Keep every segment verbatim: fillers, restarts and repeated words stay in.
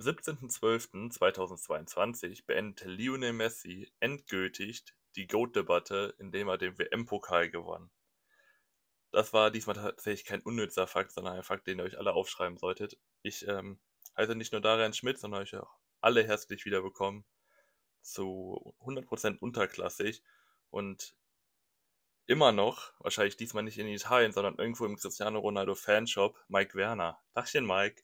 siebzehnten zwölften zweitausendzweiundzwanzig beendete Lionel Messi endgültig die GOAT-Debatte, indem er den W M-Pokal gewann. Das war diesmal tatsächlich kein unnützer Fakt, sondern ein Fakt, den ihr euch alle aufschreiben solltet. Ich ähm, heiße nicht nur Darian Schmidt, sondern euch auch alle herzlich wieder willkommen zu hundert Prozent unterklassig und immer noch, wahrscheinlich diesmal nicht in Italien, sondern irgendwo im Cristiano Ronaldo Fanshop, Mike Werner. Tachchen, Mike.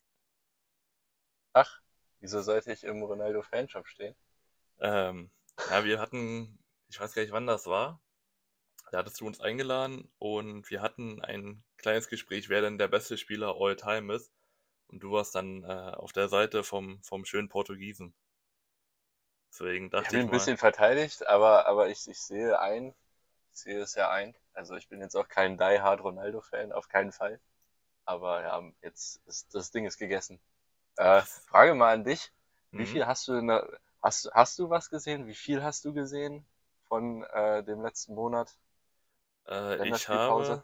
Ach, wieso sollte ich im Ronaldo-Fanshop stehen? Ähm, ja, wir hatten, ich weiß gar nicht, wann das war. Da hattest du uns eingeladen und wir hatten ein kleines Gespräch, wer denn der beste Spieler all time ist. Und du warst dann äh, auf der Seite vom, vom schönen Portugiesen. Deswegen Ich dachte habe ihn ich ein mal, bisschen verteidigt, aber, aber ich, ich sehe ein, ich sehe es ja ein. Also ich bin jetzt auch kein Die-Hard Ronaldo-Fan, auf keinen Fall. Aber ja, jetzt ist das Ding ist gegessen. Äh, das. Frage mal an dich, wie Hm, viel hast du in der, hast, hast du was gesehen? Wie viel hast du gesehen von äh, dem letzten Monat? äh, ich Länderspielpause? habe,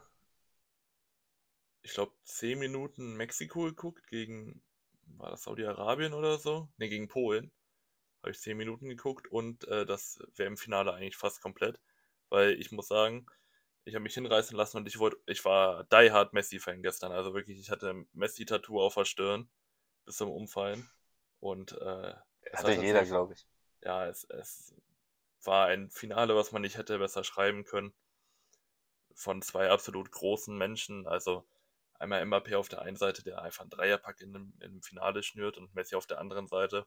ich glaube, zehn Minuten Mexiko geguckt gegen, war das Saudi-Arabien oder so? Ne, gegen Polen. Habe ich zehn Minuten geguckt und äh, das W M-Finale eigentlich fast komplett. Weil ich muss sagen, ich habe mich hinreißen lassen und ich wollte, ich war die Hard Messi-Fan gestern. Also wirklich, ich hatte ein Messi-Tattoo auf der Stirn bis zum Umfallen. Und äh, es Hatte hat jeder, tatsächlich, glaube ich. ja, es, es war ein Finale, was man nicht hätte besser schreiben können. Von zwei absolut großen Menschen. Also einmal Mbappé auf der einen Seite, der einfach einen Dreierpack in dem, in dem Finale schnürt, und Messi auf der anderen Seite,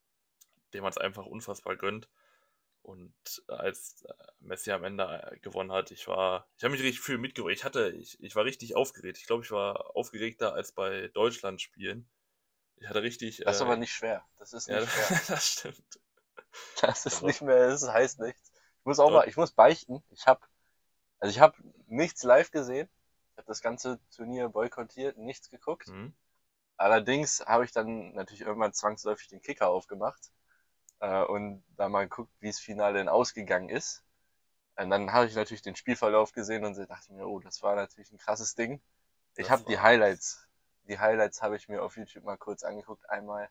dem man es einfach unfassbar gönnt. Und als äh, Messi am Ende äh, gewonnen hat, ich war, ich habe mich richtig viel mitgeregt. Ich hatte, ich, ich war richtig aufgeregt. Ich glaube, ich war aufgeregter als bei Deutschland spielen. Ich hatte richtig, Das ist aber äh, nicht schwer. Das ist ja, nicht schwer. das stimmt. Das ist Also, nicht mehr, das heißt nichts. Ich muss auch Deut mal, ich muss beichten. Ich habe Also ich habe nichts live gesehen. Ich habe das ganze Turnier boykottiert, nichts geguckt. hm, Allerdings habe ich dann natürlich irgendwann zwangsläufig den Kicker aufgemacht äh, und da mal geguckt, wie das Finale denn ausgegangen ist. Und dann habe ich natürlich den Spielverlauf gesehen und so dachte mir, oh, das war natürlich ein krasses Ding. Ich habe das die war, Highlights, die Highlights habe ich mir auf YouTube mal kurz angeguckt. Einmal,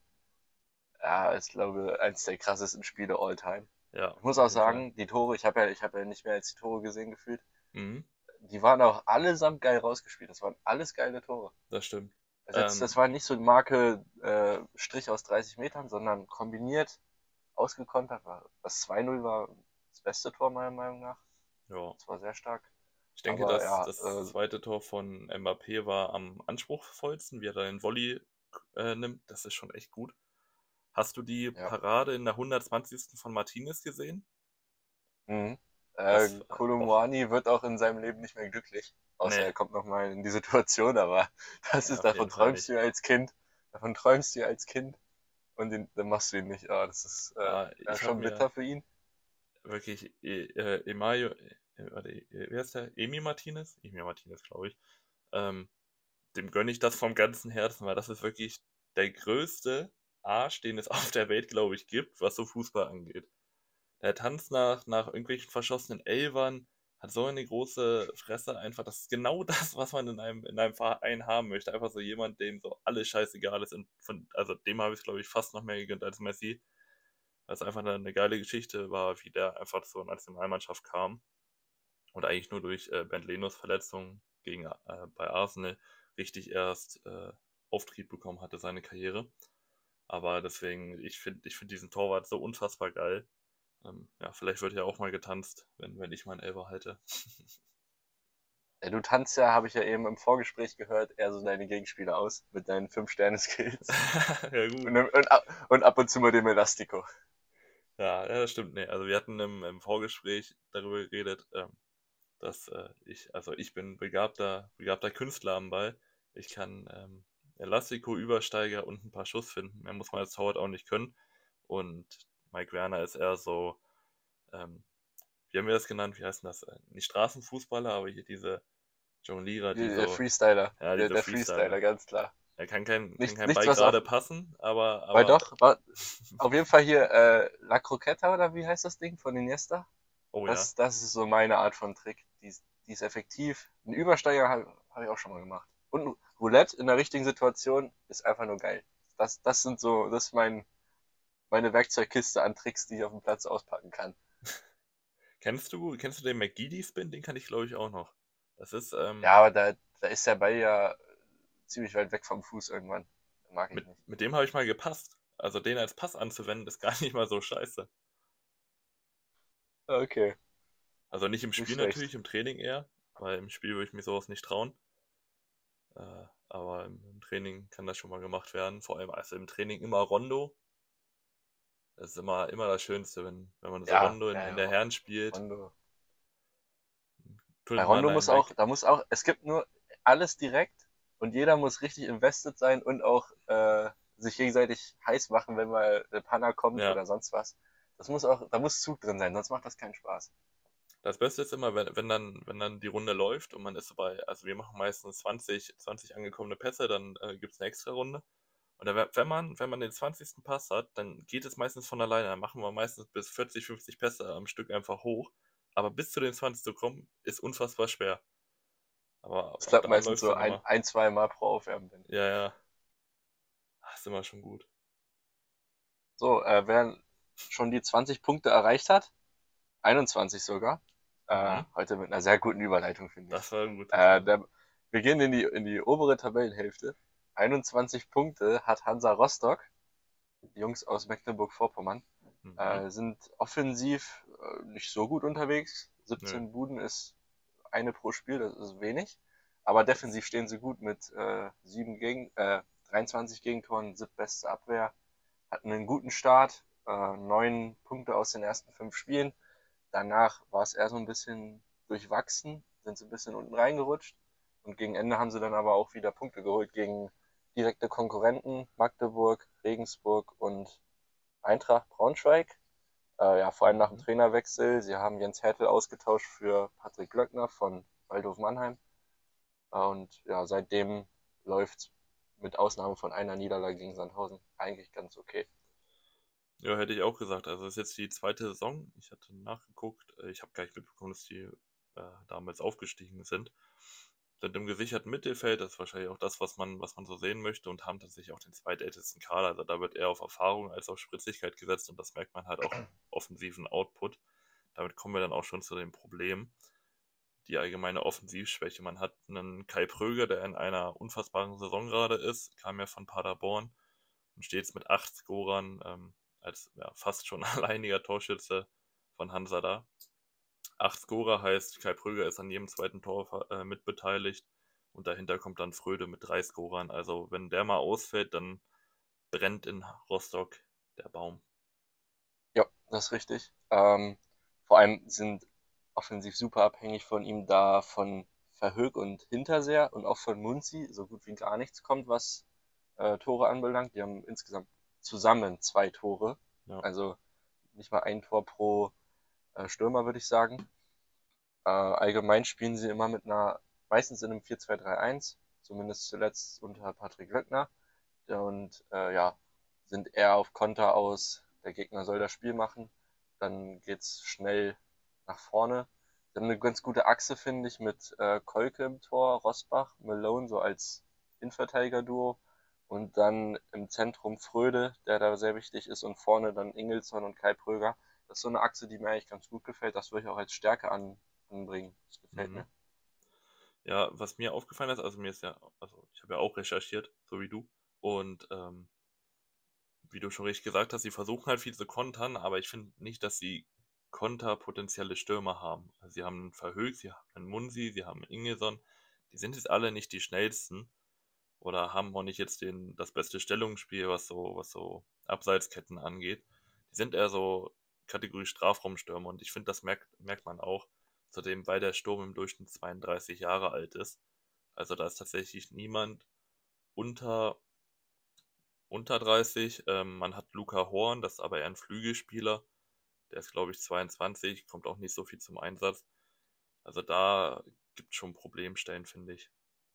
ja, ich glaube, eins der krassesten Spiele all time. ja, Ich muss auf auch jeden Fall. sagen, die Tore, ich habe ja, ich habe ja nicht mehr als die Tore gesehen gefühlt. Mhm, Die waren auch allesamt geil rausgespielt. Das waren alles geile Tore. das stimmt. Also jetzt, das Ähm, war nicht so eine Marke äh, Strich aus dreißig Metern, sondern kombiniert, ausgekontert. War, das zwei null war das beste Tor meiner Meinung nach. ja. Das war sehr stark. Ich denke, Aber dass ja, das äh, zweite Tor von Mbappé war am anspruchsvollsten, wie er da den Volley äh, nimmt. Das ist schon echt gut. Hast du die ja. Parade in der hundertzwanzigsten von Martinez gesehen? Mhm. Äh, Das, äh, boah, Kolumwani wird auch in seinem Leben nicht mehr glücklich. Außer nee, er kommt nochmal in die Situation, aber das ja, ist, auf davon jeden Fall träumst nicht. du ja als Kind. Davon träumst du ja als Kind und den, dann machst du ihn nicht. Ah, das ist äh, Ah, ja, ich habe schon mir bitter für ihn. wirklich e äh, Emayo, äh, warte, äh, wer ist der? Emi Martinez? Emi Martinez, glaube ich. Ähm, Dem gönne ich das vom ganzen Herzen, weil das ist wirklich der größte Arsch, den es auf der Welt, glaube ich, gibt, was so Fußball angeht. Der tanzt nach, nach irgendwelchen verschossenen Elfern, hat so eine große Fresse einfach. Das ist genau das, was man in einem, in einem Verein haben möchte. Einfach so jemand, dem so alles scheißegal ist. Und von, also dem habe ich, glaube ich, fast noch mehr gegönnt als Messi. Weil es einfach eine, eine geile Geschichte war, wie der einfach zur Nationalmannschaft kam. Und eigentlich nur durch äh, Ben Lenos Verletzung gegen, äh, bei Arsenal richtig erst äh, Auftrieb bekommen hatte, seine Karriere. Aber deswegen, ich finde ich find diesen Torwart so unfassbar geil. Ähm, ja, vielleicht wird ja auch mal getanzt, wenn, wenn ich meinen Elfer halte. Ja, du tanzt ja, habe ich ja eben im Vorgespräch gehört, eher so deine Gegenspieler aus mit deinen fünf Sterne-Skills Ja, gut. und, und, ab- und ab und zu mal dem Elastico. Ja, ja, das stimmt. Nee, also wir hatten im, im Vorgespräch darüber geredet, ähm, dass äh, ich, also ich bin begabter, begabter Künstler am Ball. Ich kann ähm, Elastico, Übersteiger und ein paar Schuss finden. Mehr muss man als Torwart auch nicht können. Und Mike Werner ist eher so, ähm, wie haben wir das genannt? Wie heißt denn das? Äh, Nicht Straßenfußballer, aber hier diese Jonglierer, die Der so, Freestyler, ja, der, diese der Freestyler. Freestyler, ganz klar. Er kann kein, kann Nichts, kein nichts Ball was gerade auf, passen, aber, weil aber, doch, war, auf jeden Fall hier äh, La Croqueta oder wie heißt das Ding von Iniesta? oh ja, Das, das ist so meine Art von Trick. Die, ist- die ist effektiv. Ein Übersteiger habe hab ich auch schon mal gemacht. Und ein Roulette in der richtigen Situation ist einfach nur geil. das, das sind so, das ist mein, meine Werkzeugkiste an Tricks, die ich auf dem Platz auspacken kann. Kennst du, kennst du den McGeady-Spin? Den kann ich, glaube ich, auch noch. Das ist, ähm, Ja, aber da, da ist der Ball ja ziemlich weit weg vom Fuß irgendwann. Mag ich mit, nicht. mit dem habe ich mal gepasst. Also den als Pass anzuwenden, ist gar nicht mal so scheiße. Okay, Also nicht im nicht Spiel schlecht. natürlich, im Training eher, weil im Spiel würde ich mir sowas nicht trauen. Äh, aber im, im Training kann das schon mal gemacht werden. Vor allem also im Training immer Rondo. Das ist immer, immer das Schönste, wenn, wenn man so Ja, Rondo in, ja, in der ja. Herren spielt. Rondo. Bei Tunnelt man Rondo muss einen auch, weg. da muss auch, es gibt nur alles direkt und jeder muss richtig invested sein und auch äh, sich gegenseitig heiß machen, wenn mal der Panner kommt Ja, oder sonst was. Das muss auch, da muss Zug drin sein, sonst macht das keinen Spaß. das Beste ist immer, wenn, wenn dann, wenn dann die Runde läuft und man ist so bei, also wir machen meistens zwanzig, zwanzig angekommene Pässe, dann äh, gibt es eine extra Runde. Und dann, wenn man, wenn man den zwanzigsten Pass hat, dann geht es meistens von alleine. Dann machen wir meistens bis vierzig, fünfzig Pässe am Stück einfach hoch. Aber bis zu den zwanzig zu kommen, ist unfassbar schwer. Aber Das ab klappt da meistens läuft es so dann ein, immer. ein zwei Mal pro Aufwärmen. Ja, ja, ist immer schon gut. So, äh, wer schon die zwanzig Punkte erreicht hat, einundzwanzig sogar, äh, Mhm. heute mit einer sehr guten Überleitung, finde ich. Das war gut, das Äh, war. der, wir gehen in die, in die obere Tabellenhälfte. einundzwanzig Punkte hat Hansa Rostock, die Jungs aus Mecklenburg-Vorpommern, Mhm. äh, sind offensiv äh, nicht so gut unterwegs. Nö, siebzehn Buden ist eine pro Spiel, das ist wenig. Aber das. defensiv stehen sie gut mit äh, sieben gegen, äh, dreiundzwanzig Gegentoren, siebtbeste Abwehr, hatten einen guten Start, äh, neun Punkte aus den ersten fünf Spielen. Danach war es eher so ein bisschen durchwachsen, sind sie ein bisschen unten reingerutscht. Und gegen Ende haben sie dann aber auch wieder Punkte geholt gegen direkte Konkurrenten Magdeburg, Regensburg und Eintracht Braunschweig. Äh, ja, vor allem nach dem Mhm. Trainerwechsel. Sie haben Jens Hertel ausgetauscht für Patrick Glöckner von Waldhof Mannheim. Äh, und ja, seitdem läuft mit Ausnahme von einer Niederlage gegen Sandhausen eigentlich ganz okay. Ja, hätte ich auch gesagt. Also es ist jetzt die zweite Saison. Ich hatte nachgeguckt. äh, Ich habe gar nicht mitbekommen, dass die äh, damals aufgestiegen sind. Sind im gesicherten Mittelfeld. Das ist wahrscheinlich auch das, was man, was man so sehen möchte. Und haben tatsächlich auch den zweitältesten Kader. Also da wird eher auf Erfahrung als auf Spritzigkeit gesetzt. Und das merkt man halt auch im offensiven Output. Damit kommen wir dann auch schon zu dem Problem. Die allgemeine Offensivschwäche. Man hat einen Kai Pröger, der in einer unfassbaren Saison gerade ist. Kam ja von Paderborn und steht jetzt mit acht Scorern ähm, als ja, fast schon alleiniger Torschütze von Hansa da. Acht Scorer heißt, Kai Pröger ist an jedem zweiten Tor äh, mitbeteiligt und dahinter kommt dann Fröde mit drei Scorern. Also wenn der mal ausfällt, dann brennt in Rostock der Baum. Ja, das ist richtig. Ähm, vor allem sind offensiv super abhängig von ihm, da von Verhoek und Hinterseer und auch von Munzi so gut wie gar nichts kommt, was äh, Tore anbelangt. Die haben insgesamt zusammen zwei Tore. Ja. Also nicht mal ein Tor pro äh, Stürmer, würde ich sagen. Äh, allgemein spielen sie immer mit einer, meistens in einem vier zwei drei eins, zumindest zuletzt unter Patrick Löckner. Und äh, ja, sind eher auf Konter aus, der Gegner soll das Spiel machen, dann geht's schnell nach vorne. Sie haben eine ganz gute Achse, finde ich, mit äh, Kolke im Tor, Rosbach, Malone so als Innenverteidiger-Duo und dann im Zentrum Fröde, der da sehr wichtig ist und vorne dann Ingelsson und Kai Pröger. Das ist so eine Achse, die mir eigentlich ganz gut gefällt. Das würde ich auch als Stärke an, anbringen. Das gefällt Mhm. mir. Ja, was mir aufgefallen ist, also mir ist ja, also ich habe ja auch recherchiert, so wie du. Und ähm, wie du schon richtig gesagt hast, sie versuchen halt viel zu kontern, aber ich finde nicht, dass sie konterpotenzielle Stürmer haben. Also sie haben einen Verhoek, sie haben einen Munsi, sie haben einen Ingelson. Die sind jetzt alle nicht die schnellsten oder haben auch nicht jetzt den, das beste Stellungsspiel, was so, was so Abseitsketten angeht. Die sind eher so Kategorie Strafraumstürmer und ich finde, das merkt, merkt man auch. Zudem, weil der Sturm im Durchschnitt zweiunddreißig Jahre alt ist. Also da ist tatsächlich niemand unter unter dreißig. Ähm, man hat Luca Horn, das ist aber eher ein Flügelspieler. Der ist, glaube ich, zweiundzwanzig, kommt auch nicht so viel zum Einsatz. Also da gibt es schon Problemstellen, finde ich.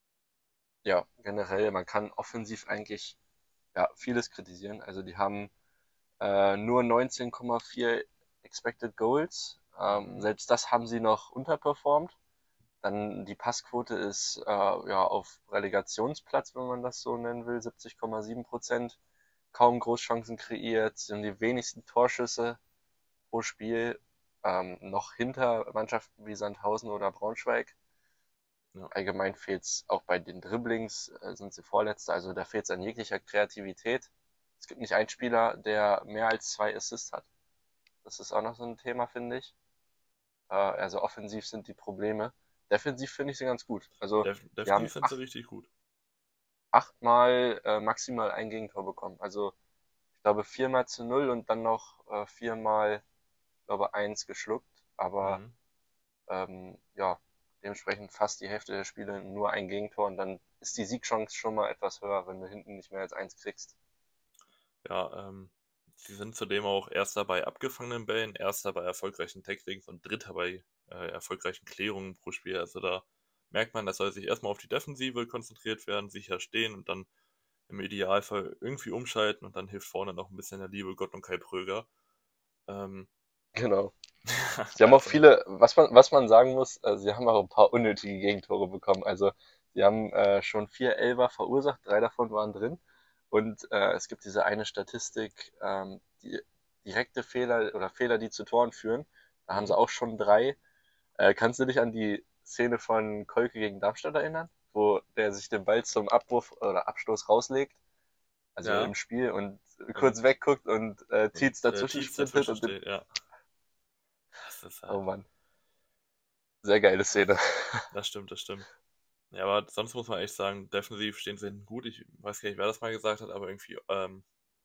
Ja, generell, man kann offensiv eigentlich ja, vieles kritisieren. Also die haben äh, nur neunzehn Komma vier Expected Goals. Ähm, Mhm. selbst das haben sie noch unterperformt. Dann die Passquote ist äh, ja auf Relegationsplatz, wenn man das so nennen will, siebzig Komma sieben Prozent. kaum Großchancen kreiert, sie haben die wenigsten Torschüsse pro Spiel, ähm, noch hinter Mannschaften wie Sandhausen oder Braunschweig. Ja. Allgemein fehlt es auch bei den Dribblings, äh, sind sie Vorletzte, also da fehlt es an jeglicher Kreativität. Es gibt nicht einen Spieler, der mehr als zwei Assists hat. Das ist auch noch so ein Thema, finde ich. Äh, also offensiv sind die Probleme. Defensiv finde ich sie ganz gut. Also Def die haben defensiv sind sie acht, richtig gut. achtmal äh, maximal ein Gegentor bekommen. Also ich glaube viermal zu null und dann noch äh, viermal, ich glaube, eins geschluckt. Aber Mhm. ähm, ja, dementsprechend fast die Hälfte der Spiele nur ein Gegentor und dann ist die Siegchance schon mal etwas höher, wenn du hinten nicht mehr als eins kriegst. Ja, ähm, sie sind zudem auch Erster bei abgefangenen Bällen, Erster bei erfolgreichen Tacklings und Dritter bei äh, erfolgreichen Klärungen pro Spiel. Also da merkt man, dass soll sich erstmal auf die Defensive konzentriert werden, sicher stehen und dann im Idealfall irgendwie umschalten und dann hilft vorne noch ein bisschen der liebe Gott und Kai Pröger. Ähm, Genau. Sie haben auch also, viele, was man, was man sagen muss, äh, sie haben auch ein paar unnötige Gegentore bekommen. Also sie haben äh, schon vier Elfer verursacht, drei davon waren drin. Und äh, es gibt diese eine Statistik, ähm, die direkte Fehler oder Fehler, die zu Toren führen. Da haben mhm. sie auch schon drei. Äh, kannst du dich an die Szene von Kolke gegen Darmstadt erinnern, wo der sich den Ball zum Abwurf oder Abstoß rauslegt, also im Ja, Spiel und kurz und, wegguckt und äh, und Tietz äh, dazwischen Tietz sprintet dazwischen und den, steht, ja. Das ist oh halt, Mann, sehr geile Szene. das stimmt, das stimmt. Ja, aber sonst muss man echt sagen, defensiv stehen sie hinten gut. Ich weiß gar nicht, wer das mal gesagt hat, aber irgendwie ähm,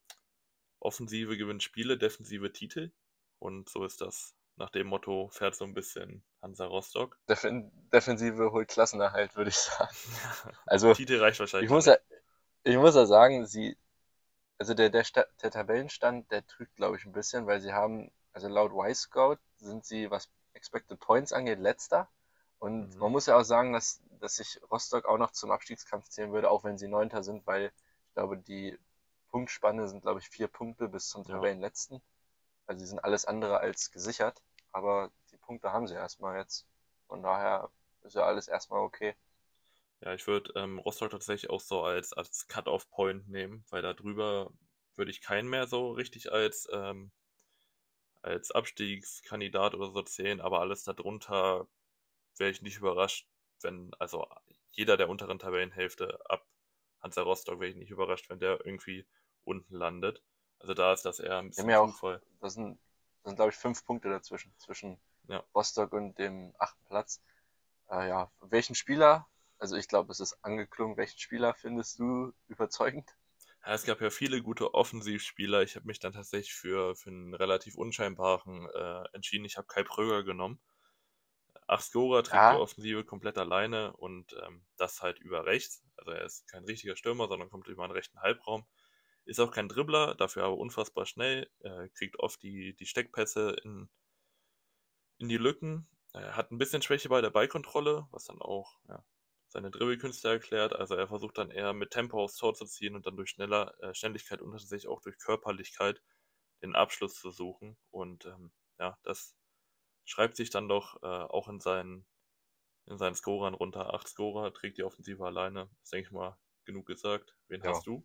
Offensive gewinnt Spiele, Defensive Titel. Und so ist das. Nach dem Motto fährt so ein bisschen Hansa Rostock. Defen Defensive holt Klassenerhalt, würde ich sagen. Also Titel reicht wahrscheinlich ich noch muss ja, nicht. ich muss ja sagen, sie, also der, der, Sta der Tabellenstand, der trügt, glaube ich, ein bisschen, weil sie haben, also laut Y-Scout sind sie, was Expected Points angeht, letzter. Und Mhm. man muss ja auch sagen, dass, dass sich Rostock auch noch zum Abstiegskampf zählen würde, auch wenn sie Neunter sind, weil ich glaube, die Punktspanne sind, glaube ich, vier Punkte bis zum Ja. Tabellenletzten. Also sie sind alles andere als gesichert, aber die Punkte haben sie erstmal jetzt. Von daher ist ja alles erstmal okay. Ja, ich würde ähm, Rostock tatsächlich auch so als, als Cut-Off-Point nehmen, weil da drüber würde ich keinen mehr so richtig als, ähm, als Abstiegskandidat oder so zählen, aber alles darunter wäre ich nicht überrascht, wenn, also jeder der unteren Tabellenhälfte ab Hansa Rostock wäre ich nicht überrascht, wenn der irgendwie unten landet. Also da ist das eher ein Die haben bisschen ja auch, Zufall. das sind, das sind glaube ich, fünf Punkte dazwischen, zwischen Ja. Rostock und dem achten Platz. Äh, ja, welchen Spieler, also ich glaube, es ist angeklungen, welchen Spieler findest du überzeugend? Ja, es gab ja viele gute Offensivspieler. Ich habe mich dann tatsächlich für, für einen relativ unscheinbaren äh, entschieden. Ich habe Kai Pröger genommen. Achskora trägt die Ja, Offensive komplett alleine und ähm, das halt über rechts. Also er ist kein richtiger Stürmer, sondern kommt über einen rechten Halbraum. Ist auch kein Dribbler, dafür aber unfassbar schnell. Äh, kriegt oft die, die Steckpässe in, in die Lücken. Er hat ein bisschen Schwäche bei der Ballkontrolle, was dann auch ja, seine Dribbelkünste erklärt. Also er versucht dann eher mit Tempo aufs Tor zu ziehen und dann durch schneller äh, Schnelligkeit und tatsächlich auch durch Körperlichkeit den Abschluss zu suchen. Und ähm, ja, das schreibt sich dann doch äh, auch in seinen, in seinen Scorern runter. Acht Scorer trägt die Offensive alleine. Das denke ich mal genug gesagt. Wen ja. hast du?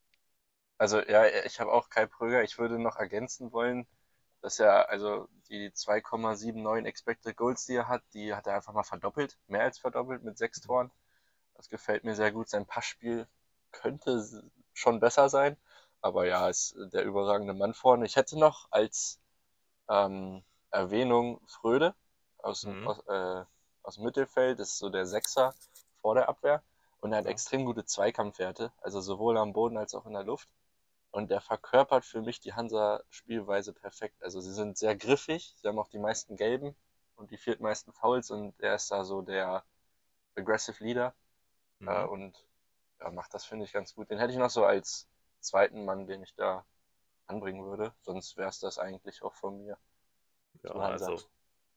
Also ja, ich habe auch Kai Pröger. Ich würde noch ergänzen wollen, dass er, also die zwei Komma neunundsiebzig Expected Goals, die er hat, die hat er einfach mal verdoppelt, mehr als verdoppelt mit sechs Toren. Das gefällt mir sehr gut. Sein Passspiel könnte schon besser sein, aber ja, ist der überragende Mann vorne. Ich hätte noch als ähm, Erwähnung Fröde aus dem, Mhm. aus, äh, aus dem Mittelfeld, das ist so der Sechser vor der Abwehr und er hat Ja. extrem gute Zweikampfwerte, also sowohl am Boden als auch in der Luft. Und der verkörpert für mich die Hansa-Spielweise perfekt. Also sie sind sehr griffig, sie haben auch die meisten Gelben und die viertmeisten Fouls und er ist da so der Aggressive Leader äh, Mhm. und ja, macht das, finde ich, ganz gut. Den hätte ich noch so als zweiten Mann, den ich da anbringen würde. Sonst wäre es das eigentlich auch von mir Ja, zu Hansa. also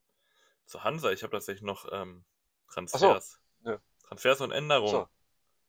zu Hansa, ich habe tatsächlich noch ähm, Achso, Transfers. nö. Transfers und Änderungen. Achso,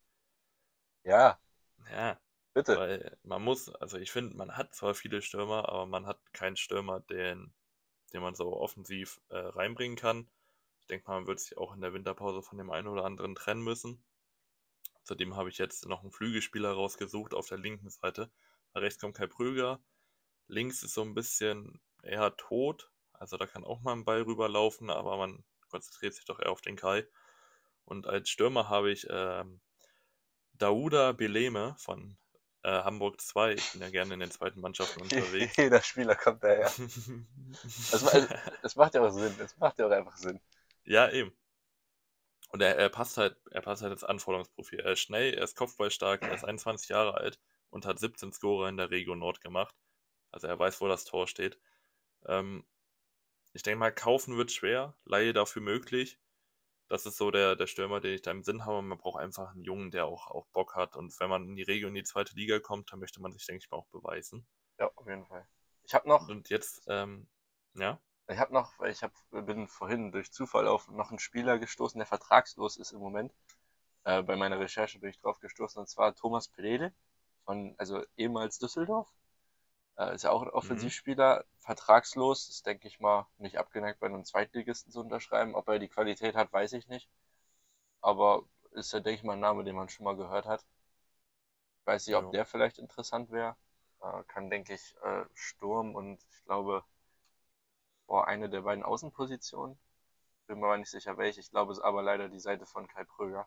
ja, Ja, bitte. weil man muss, also ich finde, man hat zwar viele Stürmer, aber man hat keinen Stürmer, den, den man so offensiv äh, reinbringen kann. Ich denke mal, man wird sich auch in der Winterpause von dem einen oder anderen trennen müssen. Zudem habe ich jetzt noch einen Flügelspieler rausgesucht auf der linken Seite. Rechts kommt Kai Pröger. Links ist so ein bisschen eher tot. Also da kann auch mal ein Ball rüberlaufen, aber man konzentriert sich doch eher auf den Kai. Und als Stürmer habe ich ähm, Dauda Beleme von äh, Hamburg zwei. Ich bin ja gerne in den zweiten Mannschaften unterwegs. Jeder Spieler kommt daher. Das, ma- das macht ja auch Sinn. Das macht ja auch einfach Sinn. Ja, eben. Und er, er passt halt, er passt halt ins Anforderungsprofil. Er ist schnell, er ist kopfballstark, er ist einundzwanzig Jahre alt und hat siebzehn Scorer in der Region Nord gemacht. Also er weiß, wo das Tor steht. Ähm, ich denke mal, kaufen wird schwer, Leihe dafür möglich. Das ist so der, der Stürmer, den ich da im Sinn habe. Man braucht einfach einen Jungen, der auch, auch Bock hat. Und wenn man in die Region, in die zweite Liga kommt, dann möchte man sich, denke ich mal, auch beweisen. Ja, auf jeden Fall. Ich habe noch, Und jetzt, ähm, ja, ich habe noch, weil ich hab, bin vorhin durch Zufall auf noch einen Spieler gestoßen, der vertragslos ist im Moment. Äh, bei meiner Recherche bin ich drauf gestoßen, und zwar Thomas Pelede von, also ehemals Düsseldorf. Äh, ist ja auch ein mhm, Offensivspieler, vertragslos, ist, denke ich mal, nicht abgeneigt bei einem Zweitligisten zu unterschreiben. Ob er die Qualität hat, weiß ich nicht. Aber ist ja, denke ich mal, ein Name, den man schon mal gehört hat. Ich weiß nicht, ob ja. der vielleicht interessant wäre. Äh, kann, denke ich, äh, Sturm und ich glaube, boah, eine der beiden Außenpositionen. Bin mir aber nicht sicher, welche. Ich glaube, es ist aber leider die Seite von Kai Pröger.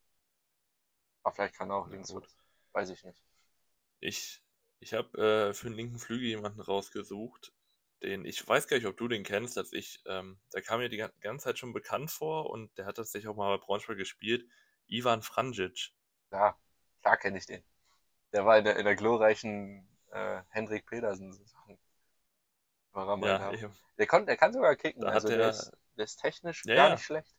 Aber vielleicht kann er auch Na links gut. rutschen. Weiß ich nicht. Ich, ich habe äh, für den linken Flügel jemanden rausgesucht, den, ich weiß gar nicht, ob du den kennst, als ich, ähm, der kam mir die gan- ganze Zeit schon bekannt vor und der hat tatsächlich auch mal bei Braunschweig gespielt. Ivan Franjic. Ja, klar kenne ich den. Der war in der, in der glorreichen äh, Hendrik Pedersen-Saison. War er mal Ja, da. eben. Der, kon, der kann sogar kicken. Da Also hat der er, ist, der ist technisch ja, gar nicht ja, schlecht.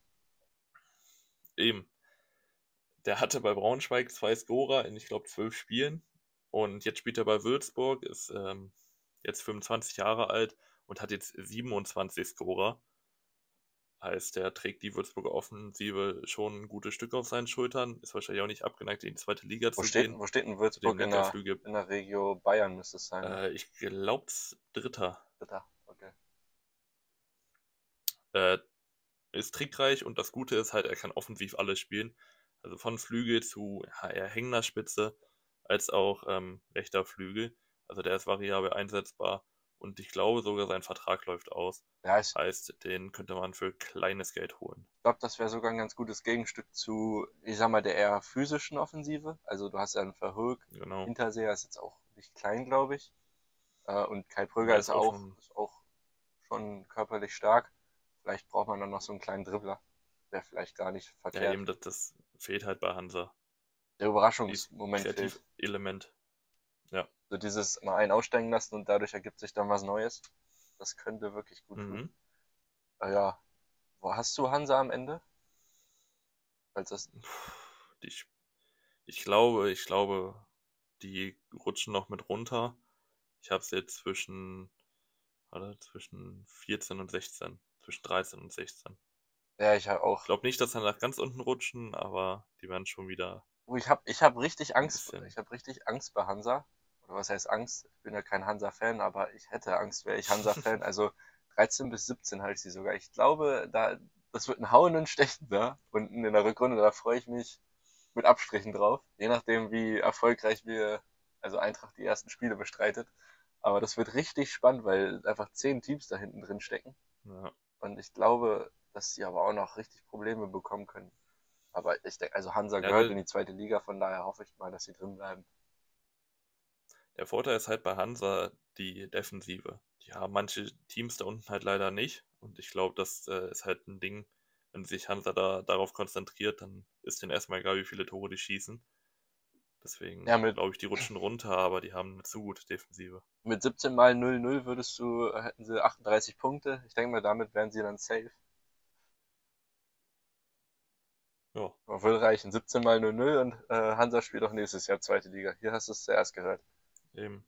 eben. Der hatte bei Braunschweig zwei Scorer in, ich glaube, zwölf Spielen. Und jetzt spielt er bei Würzburg, ist ähm, jetzt fünfundzwanzig Jahre alt und hat jetzt siebenundzwanzig Scorer. Heißt, der trägt die Würzburger Offensive schon ein gutes Stück auf seinen Schultern. Ist wahrscheinlich auch nicht abgeneigt, in die zweite Liga Wo zu steht, gehen. wo steht denn Zudem Würzburg in linker der, Flügel. in der Regio Bayern müsste es sein, ne? Äh, ich glaube, Dritter. Dritter, okay. Äh, ist trickreich und das Gute ist halt, er kann offensiv alles spielen. Also von Flügel zu ja, eher hängender Spitze als auch ähm, rechter Flügel. Also der ist variabel einsetzbar und ich glaube sogar sein Vertrag läuft aus. Ja, ich Heißt, den könnte man für kleines Geld holen. glaube, das wäre sogar ein ganz gutes Gegenstück zu, ich sag mal, der eher physischen Offensive. Also du hast ja einen Verhoek, Genau. Hinterseher ist jetzt auch nicht klein, glaube ich. Äh, und Kai Pröger Er ist ist auch auch, schon, ist auch schon körperlich stark. Vielleicht braucht man dann noch so einen kleinen Dribbler. Wäre vielleicht gar nicht ja verkehrt. eben, das, das fehlt halt bei Hansa. Der Dieses Überraschungsmoment fehlt. Kreativelement. Ja. So dieses mal einen aussteigen lassen und dadurch ergibt sich dann was Neues. Das könnte wirklich gut tun. Mhm. Äh, ja, wo hast du Hansa am Ende? Falls das, Ich, ich glaube, ich glaube, die rutschen noch mit runter. Ich habe es jetzt zwischen, warte, zwischen vierzehn und sechzehn. Zwischen dreizehn und sechzehn. ja, ich habe Ich auch. glaube nicht, dass sie nach ganz unten rutschen, aber die werden schon wieder Oh, ich habe ich hab richtig ein Angst. bisschen. Ich habe richtig Angst bei Hansa. Oder was heißt Angst? Ich bin ja kein Hansa-Fan, aber ich hätte Angst, wäre ich Hansa-Fan. Also dreizehn bis siebzehn halte ich sie sogar. Ich glaube, da, das wird ein Hauen und Stechen da. Unten in der Rückrunde, da freue ich mich mit Abstrichen drauf. Je nachdem, wie erfolgreich wir, also Eintracht die ersten Spiele bestreitet. Aber das wird richtig spannend, weil einfach zehn Teams da hinten drin stecken. Ja. Und ich glaube, dass sie aber auch noch richtig Probleme bekommen können. Aber ich denke, also Hansa Ja, gehört der, in die zweite Liga, von daher hoffe ich mal, dass sie drin bleiben. der Vorteil ist halt bei Hansa die Defensive. Die haben manche Teams da unten halt leider nicht. Und ich glaube, das äh, ist halt ein Ding, wenn sich Hansa da darauf konzentriert, dann ist denen erstmal egal, wie viele Tore die schießen. Ja, Deswegen mit, glaube ich, die rutschen runter, aber die haben eine zu gute Defensive. mit siebzehn mal null null würdest du, hätten sie achtunddreißig Punkte. Ich denke mal, damit wären sie dann safe. Ja, Man würde reichen. siebzehn mal null null und äh, Hansa spielt auch nächstes Jahr zweite Liga. Hier hast du es zuerst gehört. eben.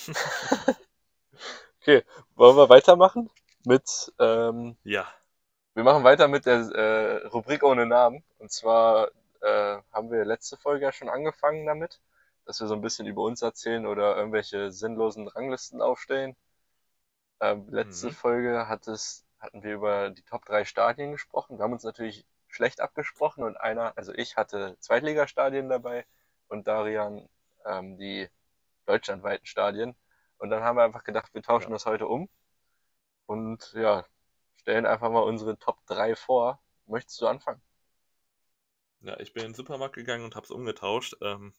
Okay, wollen wir weitermachen mit, ähm, Ja. wir machen weiter mit der äh, Rubrik ohne Namen. Und zwar äh, haben wir letzte Folge ja schon angefangen damit, dass wir so ein bisschen über uns erzählen oder irgendwelche sinnlosen Ranglisten aufstellen. Ähm, letzte Mhm. Folge hat es, hatten wir über die Top drei Stadien gesprochen. Wir haben uns natürlich schlecht abgesprochen und einer, also ich hatte Zweitligastadien dabei und Darian ähm, die deutschlandweiten Stadien. Und dann haben wir einfach gedacht, wir tauschen Ja. das heute um und ja, stellen einfach mal unsere Top drei vor. Möchtest du anfangen? Ja, ich bin in den Supermarkt gegangen und hab's umgetauscht. Ähm,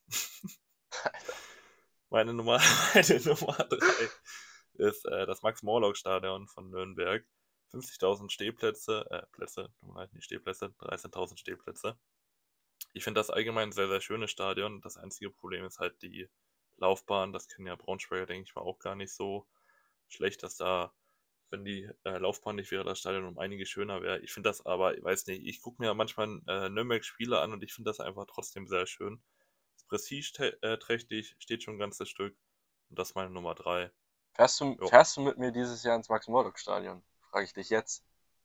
meine Nummer, meine Nummer drei ist äh, das Max-Morlock-Stadion von Nürnberg. fünfzigtausend Stehplätze, äh, Plätze, tut mir leid, nicht Stehplätze, dreizehntausend Stehplätze. Ich finde das allgemein ein sehr, sehr schönes Stadion. Das einzige Problem ist halt die Laufbahn. Das kennen ja Braunschweiger, denke ich mal, auch gar nicht so schlecht, dass da, wenn die äh, Laufbahn nicht wäre, das Stadion um einiges schöner wäre. Ich finde das aber, ich weiß nicht, ich gucke mir manchmal äh, Nürnberg-Spiele an und ich finde das einfach trotzdem sehr schön. Ist prestigeträchtig, steht schon ein ganzes Stück. Und das ist meine Nummer drei. Fährst du, Jo. fährst du mit mir dieses Jahr ins Max-Morlock-Stadion? Frage ich dich jetzt.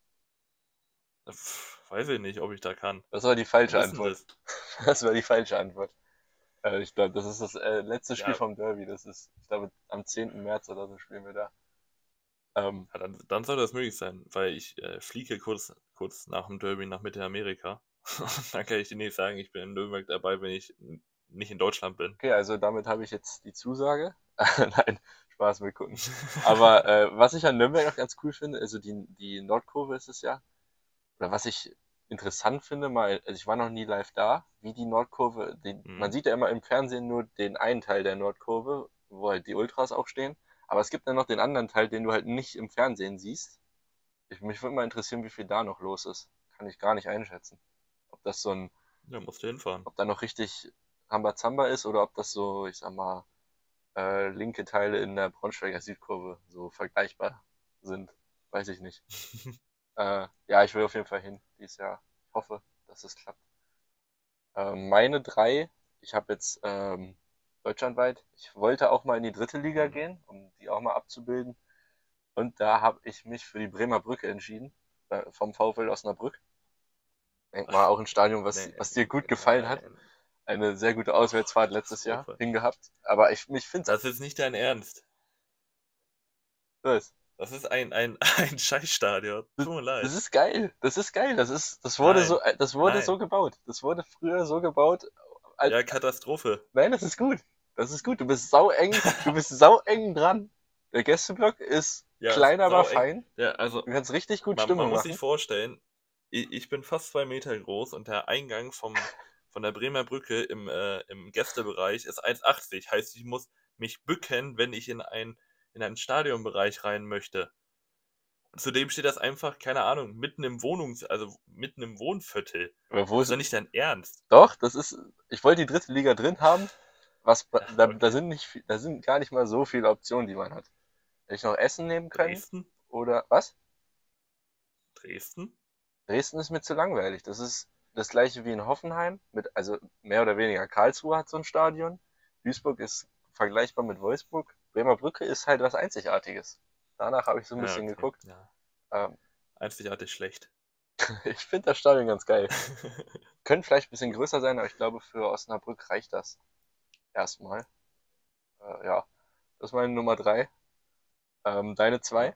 Pff, weiß ich nicht, ob ich da kann. Das war die Wo falsche ist denn Antwort. das? Das war die falsche Antwort. Äh, ich glaube, das ist das äh, letzte Spiel Ja, vom Derby. Das ist, ich glaube, am zehnten März oder so spielen wir da. Ähm, ja dann, dann sollte das möglich sein, weil ich äh, fliege kurz, kurz nach dem Derby nach Mittelamerika. Und dann kann ich dir nicht sagen, ich bin in Nürnberg dabei, wenn ich n- nicht in Deutschland bin. okay, also damit habe ich jetzt die Zusage. Nein, Spaß, wir gucken. Aber äh, was ich an Nürnberg noch ganz cool finde, also die, die Nordkurve ist es ja, oder was ich interessant finde, mal, also ich war noch nie live da, wie die Nordkurve, die, man Mhm. sieht ja immer im Fernsehen nur den einen Teil der Nordkurve, wo halt die Ultras auch stehen, aber es gibt dann noch den anderen Teil, den du halt nicht im Fernsehen siehst. Ich, mich würde mal interessieren, wie viel da noch los ist. Kann ich gar nicht einschätzen. Ob das so ein, Ja, musst du hinfahren. ob da noch richtig Rambazamba ist oder ob das so, ich sag mal, äh, linke Teile in der Braunschweiger Südkurve so vergleichbar sind. Weiß ich nicht. Äh, ja, ich will auf jeden Fall hin dieses Jahr. Ich hoffe, dass es klappt. Ähm, meine drei, ich habe jetzt ähm, deutschlandweit, ich wollte auch mal in die dritte Liga Mhm. gehen, um die auch mal abzubilden. Und da habe ich mich für die Bremer Brücke entschieden, äh, vom VfL Osnabrück. Denk mal, auch ein Stadion, was, Nee, was dir gut gefallen hat. nein. Eine sehr gute Oh, Auswärtsfahrt letztes Jahr Katastrophe. hingehabt. Aber ich, mich finde Das ist nicht dein Ernst. es, Das ist ein, ein, ein Scheißstadion. das, Tut mir das leid. ist geil. Das ist geil. Das ist, das wurde so, Nein, äh, das wurde so nein. gebaut. Das wurde früher so gebaut. Als, Ja, Katastrophe. nein, das ist gut. Das ist gut. Du bist sau eng, du bist sau eng dran. Der Gästeblock ist Ja, klein, aber sau eng. fein. Ja, also, Du kannst richtig gut man, man Stimmung muss sich machen. vorstellen, ich, ich bin fast zwei Meter groß und der Eingang vom, von der Bremer Brücke im, äh, im Gästebereich ist eins achtzig. Heißt, ich muss mich bücken, wenn ich in, ein, in einen Stadionbereich rein möchte. Zudem steht das einfach, keine Ahnung, mitten im Wohnungs-, also mitten im Wohnviertel. Aber wo Das ist ist, doch nicht dein Ernst. doch, das ist, ich wollte die dritte Liga drin haben. Was, Ja, da, da okay. sind nicht, viel- da sind gar nicht mal so viele Optionen, die man hat. Hätte ich noch Essen nehmen können? Dresden? Oder, was? Dresden? Dresden ist mir zu langweilig. Das ist das gleiche wie in Hoffenheim, mit, also mehr oder weniger Karlsruhe hat so ein Stadion. Duisburg ist vergleichbar mit Wolfsburg. Bremer Brücke ist halt was Einzigartiges. Danach habe ich so ein Ja, bisschen okay. geguckt. Ja. Ähm, Einzigartig schlecht. ich finde das Stadion ganz geil. Könnte vielleicht ein bisschen Gut. größer sein, aber ich glaube, für Osnabrück reicht das erstmal. Äh, ja, das ist meine Nummer drei. Ähm, deine zwei? Ja.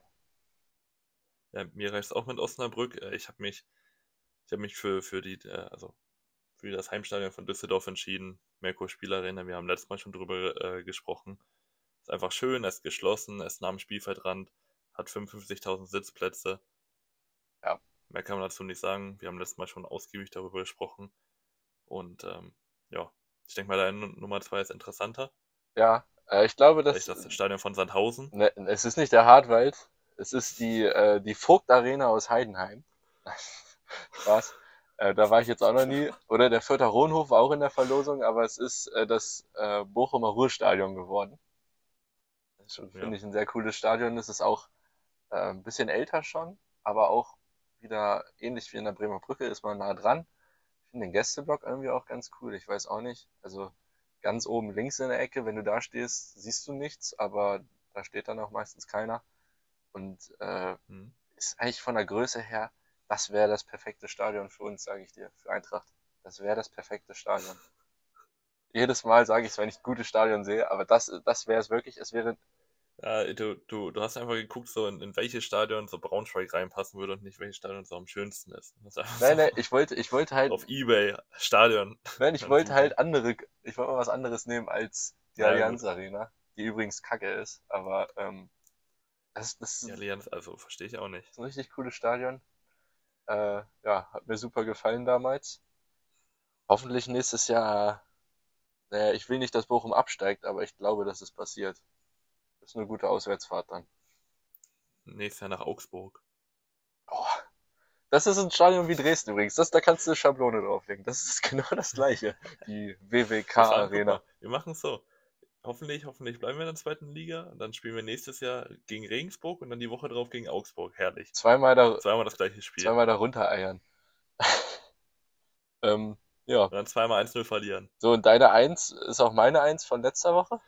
Ja, mir reicht es auch mit Osnabrück. Äh, Ich habe mich, ich habe mich für, für die, äh, also für das Heimstadion von Düsseldorf entschieden. Merkur Spielarena, wir haben letztes Mal schon drüber äh, gesprochen. Ist einfach schön, es ist geschlossen, es ist nah am Spielfeldrand, hat fünfundfünfzigtausend Sitzplätze. Ja. Mehr kann man dazu nicht sagen. Wir haben letztes Mal schon ausgiebig darüber gesprochen. Und ähm, ja, ich denke mal, deine Nummer zwei ist interessanter. Ja, äh, ich glaube, Vielleicht dass das Stadion von Sandhausen. ne, es ist nicht der Hartwald, es ist die, äh, die Vogt Arena aus Heidenheim. Spaß. Äh, da war ich jetzt auch noch nie. Oder der Fürther Rohnhof war auch in der Verlosung, aber es ist äh, das äh, Bochumer Ruhrstadion geworden. Das ist schon, Ja. finde ich, ein sehr cooles Stadion. Es ist auch äh, ein bisschen älter schon, aber auch wieder ähnlich wie in der Bremer Brücke ist man nah dran. Ich finde den Gästeblock irgendwie auch ganz cool. Ich weiß auch nicht. Also ganz oben links in der Ecke, wenn du da stehst, siehst du nichts, aber da steht dann auch meistens keiner. Und äh, Hm. ist eigentlich von der Größe her, das wäre das perfekte Stadion für uns, sage ich dir, für Eintracht. Das wäre das perfekte Stadion. Jedes Mal sage ich es, wenn ich ein gutes Stadion sehe, aber das, das wäre es wirklich. Es wäre, Ja, du, du, du hast einfach geguckt, so in, in welches Stadion so Braunschweig reinpassen würde und nicht welches Stadion so am schönsten ist. Das ist einfach nein, so nein, ich wollte, ich wollte halt, auf Ebay Stadion nein, ich dann wollte suchen. halt andere, ich wollte mal was anderes nehmen als die Ja, Allianz gut. Arena. die übrigens kacke ist, aber ähm, das, das Ja, ist Allianz, also verstehe ich auch nicht. ein richtig cooles Stadion. Äh, ja, hat mir super gefallen damals. Hoffentlich nächstes Jahr, naja, ich will nicht, dass Bochum absteigt, aber ich glaube, dass es passiert. Das ist eine gute Auswärtsfahrt dann. Nächstes Jahr nach Augsburg. Oh, das ist ein Stadion wie Dresden übrigens. Das, da kannst du eine Schablone drauflegen. Das ist genau das gleiche. Die Wir fahren, guck W W K-Arena. mal, wir machen es so. Hoffentlich, hoffentlich bleiben wir in der zweiten Liga. Und dann spielen wir nächstes Jahr gegen Regensburg und dann die Woche drauf gegen Augsburg. Herrlich. Zweimal da, Zweimal das gleiche Spiel. zweimal da runtereiern. ähm, ja. Und dann zweimal eins null verlieren. So, und deine Eins ist auch meine Eins von letzter Woche?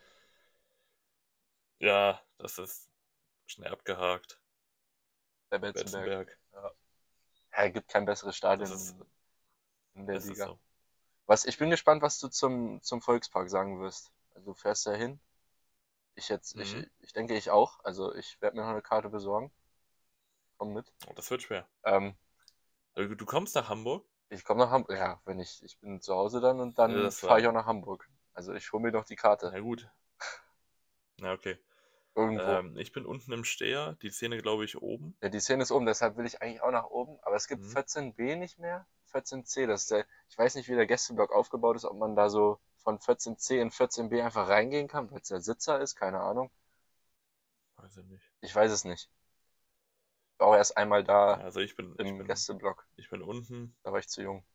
Ja, das ist schnell abgehakt. Der Betzenberg. Betzenberg. Ja. Ja, gibt kein besseres Das Stadion ist, in der das ist Liga. so. Was, ich bin gespannt, was du zum, zum Volkspark sagen wirst. Also du fährst ja hin. Ich jetzt, ich, Mhm. ich denke ich auch. Also ich werde mir noch eine Karte besorgen. Komm mit. Oh, das wird schwer. Ähm, Du, du kommst nach Hamburg? ich komme nach Hamburg. Ja, wenn ich, ich bin zu Hause dann und Ja, dann das fahre ich war. auch nach Hamburg. Also ich hole mir noch die Karte. Na gut. Na okay. Irgendwo. Ähm, ich bin unten im Steher, die Szene glaube ich oben. Ja, die Szene ist oben, deshalb will ich eigentlich auch nach oben. Aber es gibt Mhm. vierzehn b nicht mehr. vierzehn c, das ist der, ich weiß nicht, wie der Gästeblock aufgebaut ist, ob man da so von vierzehn c in vierzehn b einfach reingehen kann, weil es der Sitzer ist, keine Ahnung. Weiß ich nicht. Ich weiß es nicht. Ich war auch erst einmal Ja, da also ich bin, ich im bin, Gästeblock. ich bin unten. Da war ich zu jung.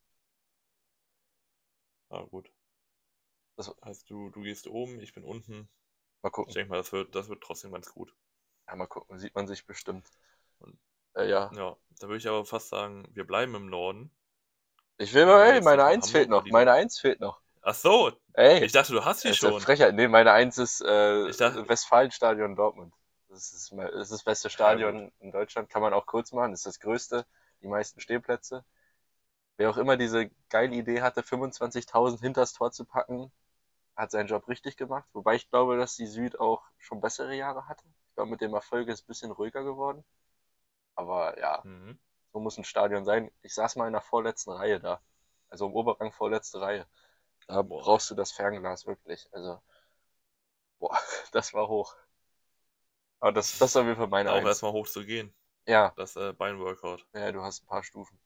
Ah, gut. Das, Heißt du, du gehst oben, ich bin unten. mal Ich gucken. denke mal, das wird, das wird trotzdem ganz gut. Ja, mal gucken. Sieht man sich bestimmt. Und Äh, ja. ja, da würde ich aber fast sagen, wir bleiben im Norden. Ich will Machen mal, wir ey, jetzt meine nicht mal Eins fehlt Hamburg, weil noch. die Meine sind. Eins fehlt noch. Ach so, Ey, ich dachte, du hast die das ist ja schon. Frechheit. Nee, meine Eins ist äh, Ich dachte, Westfalenstadion Dortmund. Das ist, mal- das ist das beste ja gut. Stadion in Deutschland. Kann man auch kurz machen. Das ist das größte. Die meisten Stehplätze. Wer auch immer diese geile Idee hatte, fünfundzwanzigtausend hinters Tor zu packen, hat seinen Job richtig gemacht. Wobei ich glaube, dass die Süd auch schon bessere Jahre hatte. Ich glaube, mit dem Erfolg ist es ein bisschen ruhiger geworden. Aber ja, Mhm. so muss ein Stadion sein. Ich saß mal in der vorletzten Reihe da. Also im Oberrang vorletzte Reihe. Da Boah, brauchst du das Fernglas wirklich. Also, boah, das war hoch. Aber das, das ist auf jeden Fall meine da auch Eins. erstmal hoch zu gehen, Ja, das äh, Beinworkout. ja, du hast ein paar Stufen.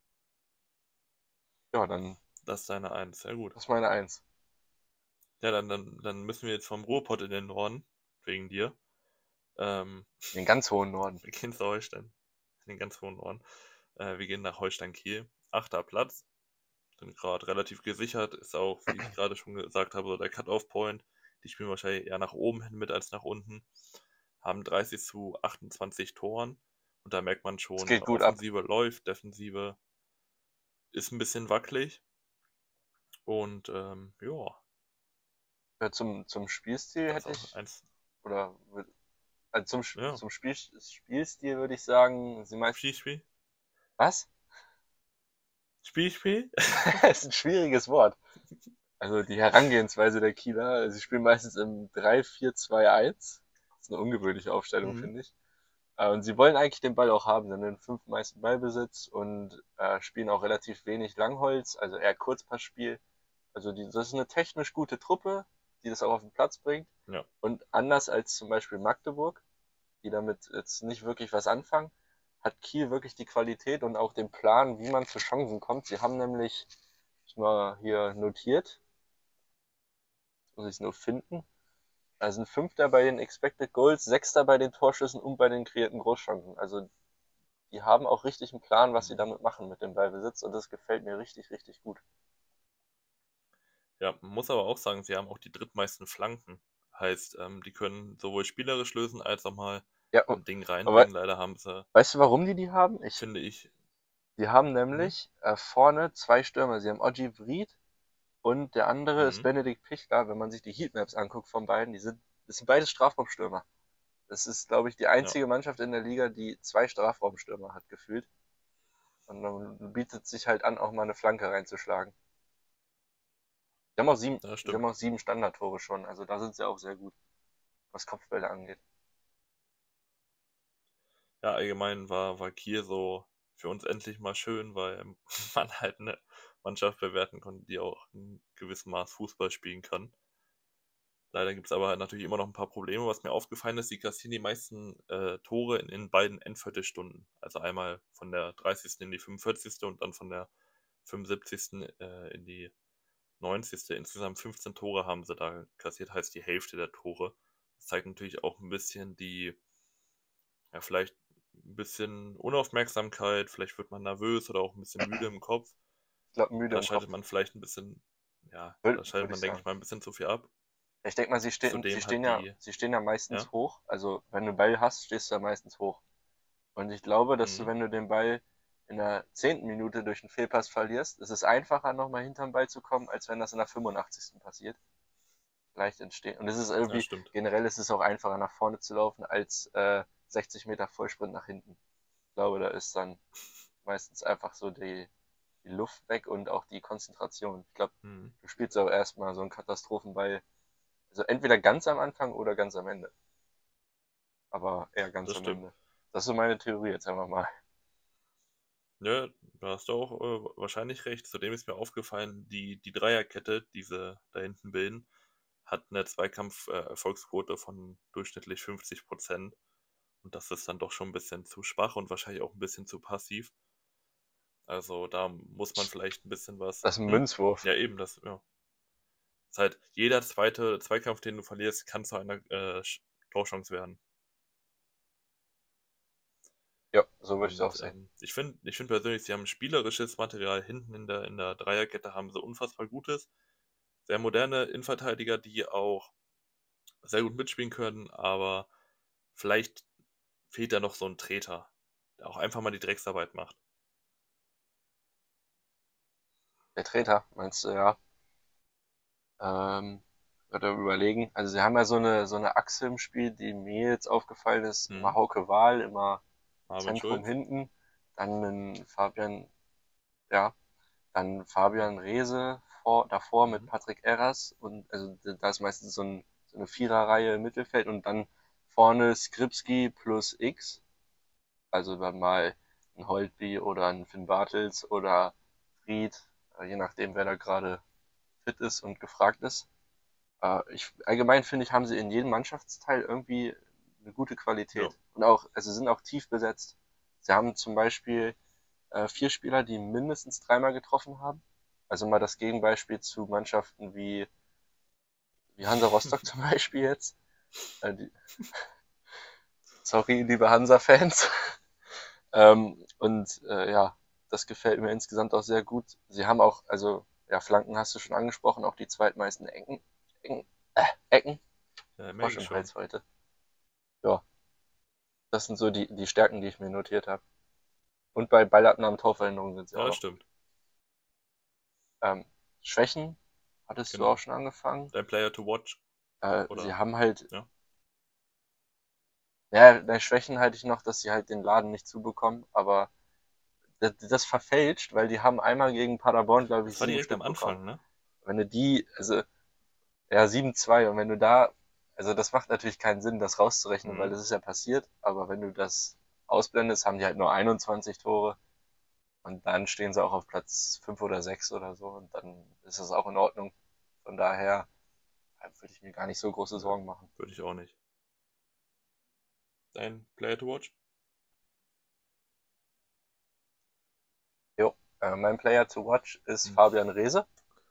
Ja, dann, Das ist deine Eins, sehr gut. das ist meine Eins. Ja, dann, dann, dann müssen wir jetzt vom Ruhrpott in den Norden, wegen dir. Ähm, In den ganz hohen Norden. wir gehen zu Holstein, in den ganz hohen Norden. Äh, wir gehen nach Holstein-Kiel, achter Platz. Sind gerade relativ gesichert, ist auch, wie ich gerade schon gesagt habe, so der Cut-Off-Point. Die spielen wahrscheinlich eher nach oben hin mit als nach unten. Haben dreißig zu achtundzwanzig Toren. Und da merkt man Es schon, geht gut ab. Offensive läuft, Defensive ist ein bisschen wackelig. Und ähm, ja, Ja, zum, zum Spielstil das ist hätte auch ich, eins. oder also zum, Sp- Ja, zum Spiel, Spielstil würde ich sagen, sie meist. Spielspiel. Was? Spielspiel? Das ist ein schwieriges Wort. Also die Herangehensweise der Kieler, sie spielen meistens im drei vier zwei eins. Das ist eine ungewöhnliche Aufstellung, Mhm. finde ich. Äh, Und sie wollen eigentlich den Ball auch haben. Sie haben den fünf meisten Ballbesitz und äh, spielen auch relativ wenig Langholz, also eher Kurzpassspiel. Also die, das ist eine technisch gute Truppe, die das auch auf den Platz bringt. Ja. Und anders als zum Beispiel Magdeburg, die damit jetzt nicht wirklich was anfangen, hat Kiel wirklich die Qualität und auch den Plan, wie man zu Chancen kommt. Sie haben nämlich, ich mal hier notiert, jetzt muss ich es nur finden, also ein Fünfter bei den Expected Goals, Sechster bei den Torschüssen und bei den kreierten Großchancen. Also die haben auch richtig einen Plan, was sie Mhm. damit machen mit dem Ballbesitz und das gefällt mir richtig, richtig gut. Ja, man muss aber auch sagen, sie haben auch die drittmeisten Flanken. Heißt, ähm, die können sowohl spielerisch lösen als auch mal Ja, ein Ding aber reinbringen. Leider haben sie, weißt du, warum die die haben? Ich, finde ich. die haben Mhm. nämlich äh, vorne zwei Stürmer. Sie haben Ogi Vried und der andere ist Mhm. Benedikt Pichler. Wenn man sich die Heatmaps anguckt von beiden, die sind, das sind beide Strafraumstürmer. Das ist, glaube ich, die Ja, einzige Mannschaft in der Liga, die zwei Strafraumstürmer hat, gefühlt. Und dann bietet sich halt an, auch mal eine Flanke reinzuschlagen. Sie haben auch sieben, das sie haben stimmt. auch sieben Standardtore schon, also da sind sie auch sehr gut, was Kopfbälle angeht. Ja, allgemein war, war Kiel so für uns endlich mal schön, weil man halt eine Mannschaft bewerten konnte, die auch in gewissem Maß Fußball spielen kann. Leider gibt es aber natürlich immer noch ein paar Probleme. Was mir aufgefallen ist, sie kassieren die meisten äh, Tore in, in beiden Endviertelstunden. Also einmal von der dreißigsten in die fünfundvierzigste und dann von der fünfundsiebzigsten Äh, in die neunzigste Insgesamt fünfzehn Tore haben sie da kassiert, heißt die Hälfte der Tore. Das zeigt natürlich auch ein bisschen die, ja, vielleicht ein bisschen Unaufmerksamkeit, vielleicht wird man nervös oder auch ein bisschen müde im Kopf. Ich glaube, müde Da im Kopf, schaltet man vielleicht ein bisschen, ja, würde da schaltet würd ich man, denke ich sagen. mal, ein bisschen zu viel ab. Ich denke mal, sie stehen, sie Zudem stehen hat ja, die, sie stehen ja meistens ja, hoch. Also wenn du Ball hast, stehst du ja meistens hoch. Und ich glaube, dass du, mhm, wenn du den Ball in der zehnten Minute durch einen Fehlpass verlierst, ist es einfacher, nochmal hinterm Ball zu kommen, als wenn das in der fünfundachtzigsten passiert. Leicht entstehen. Und es ist ja, irgendwie, stimmt. generell ist es auch einfacher, nach vorne zu laufen, als äh, sechzig Meter Vollsprint nach hinten. Ich glaube, da ist dann meistens einfach so die, die Luft weg und auch die Konzentration. Ich glaube, Mhm, du spielst auch erstmal so einen Katastrophenball, also entweder ganz am Anfang oder ganz am Ende. Aber eher ganz das am stimmt. Ende. Das ist so meine Theorie jetzt einfach mal. Ja, da hast du auch äh, wahrscheinlich recht. Zudem ist mir aufgefallen, die, die Dreierkette, die sie da hinten bilden, hat eine Zweikampf-Erfolgsquote von durchschnittlich fünfzig Prozent. Und das ist dann doch schon ein bisschen zu schwach und wahrscheinlich auch ein bisschen zu passiv. Also da muss man vielleicht ein bisschen was. Das ist ein Hm? Münzwurf. Ja, eben, das, ja. Das ist halt jeder zweite Zweikampf, den du verlierst, kann zu einer äh, Sch- Torchance werden. Ja, so würde ich es auch Und sehen. ähm, ich finde ich find persönlich, sie haben spielerisches Material hinten in der, in der Dreierkette, haben sie unfassbar gutes. Sehr moderne Innenverteidiger, die auch sehr gut mitspielen können, aber vielleicht fehlt da noch so ein Treter, der auch einfach mal die Drecksarbeit macht. Der Treter, meinst du, ja. Ähm, Würde überlegen. Also sie haben ja so eine, so eine Achse im Spiel, die mir jetzt aufgefallen ist. Immer Hm. Hauke Wahl, immer im Marvin Zentrum Schulz. hinten. Dann ein Fabian, ja, dann Fabian Reese vor, davor mit Mhm. Patrick Erras. Und also da ist meistens so, ein, so eine Viererreihe im Mittelfeld und dann vorne Skripski plus X. Also dann mal ein Holtby oder ein Finn Bartels oder Fried, äh, je nachdem, wer da gerade fit ist und gefragt ist. Äh, ich, allgemein finde ich, haben sie in jedem Mannschaftsteil irgendwie eine gute Ja. Qualität. Und auch, also sind auch tief besetzt. Sie haben zum Beispiel äh, vier Spieler, die mindestens dreimal getroffen haben. Also mal das Gegenbeispiel zu Mannschaften wie, wie Hansa Rostock zum Beispiel jetzt. Äh, die, sorry, liebe Hansa-Fans. Ähm, und äh, ja, das gefällt mir insgesamt auch sehr gut. Sie haben auch, also ja, Flanken hast du schon angesprochen, auch die zweitmeisten Ecken. Ecken, äh, Ecken. Ja, merke Frosch ich im schon. Hals heute. Ja, das sind so die, die Stärken, die ich mir notiert habe. Und bei Ballabnahmen, Torverhinderung sind sie Ja, auch das noch. stimmt. Ähm, Schwächen hattest du auch Genau. schon angefangen. Dein Player to watch. Äh, sie Oder, haben halt, ja. ja, bei Schwächen halte ich noch, dass sie halt den Laden nicht zubekommen, aber das, das verfälscht, weil die haben einmal gegen Paderborn, glaube ich, Das war sieben direkt am Stück bekommen. Anfang, ne? Wenn du die, also ja, sieben zwei. Und wenn du da, also das macht natürlich keinen Sinn, das rauszurechnen, weil Mhm. das ist ja passiert. Aber wenn du das ausblendest, haben die halt nur einundzwanzig Tore. Und dann stehen sie auch auf Platz fünf oder sechs oder so. Und dann ist das auch in Ordnung. Von daher äh, würde ich mir gar nicht so große Nö, Sorgen machen. würde ich auch nicht. Dein Player to watch? Jo, äh, mein Player to watch ist Hm. Fabian Reese.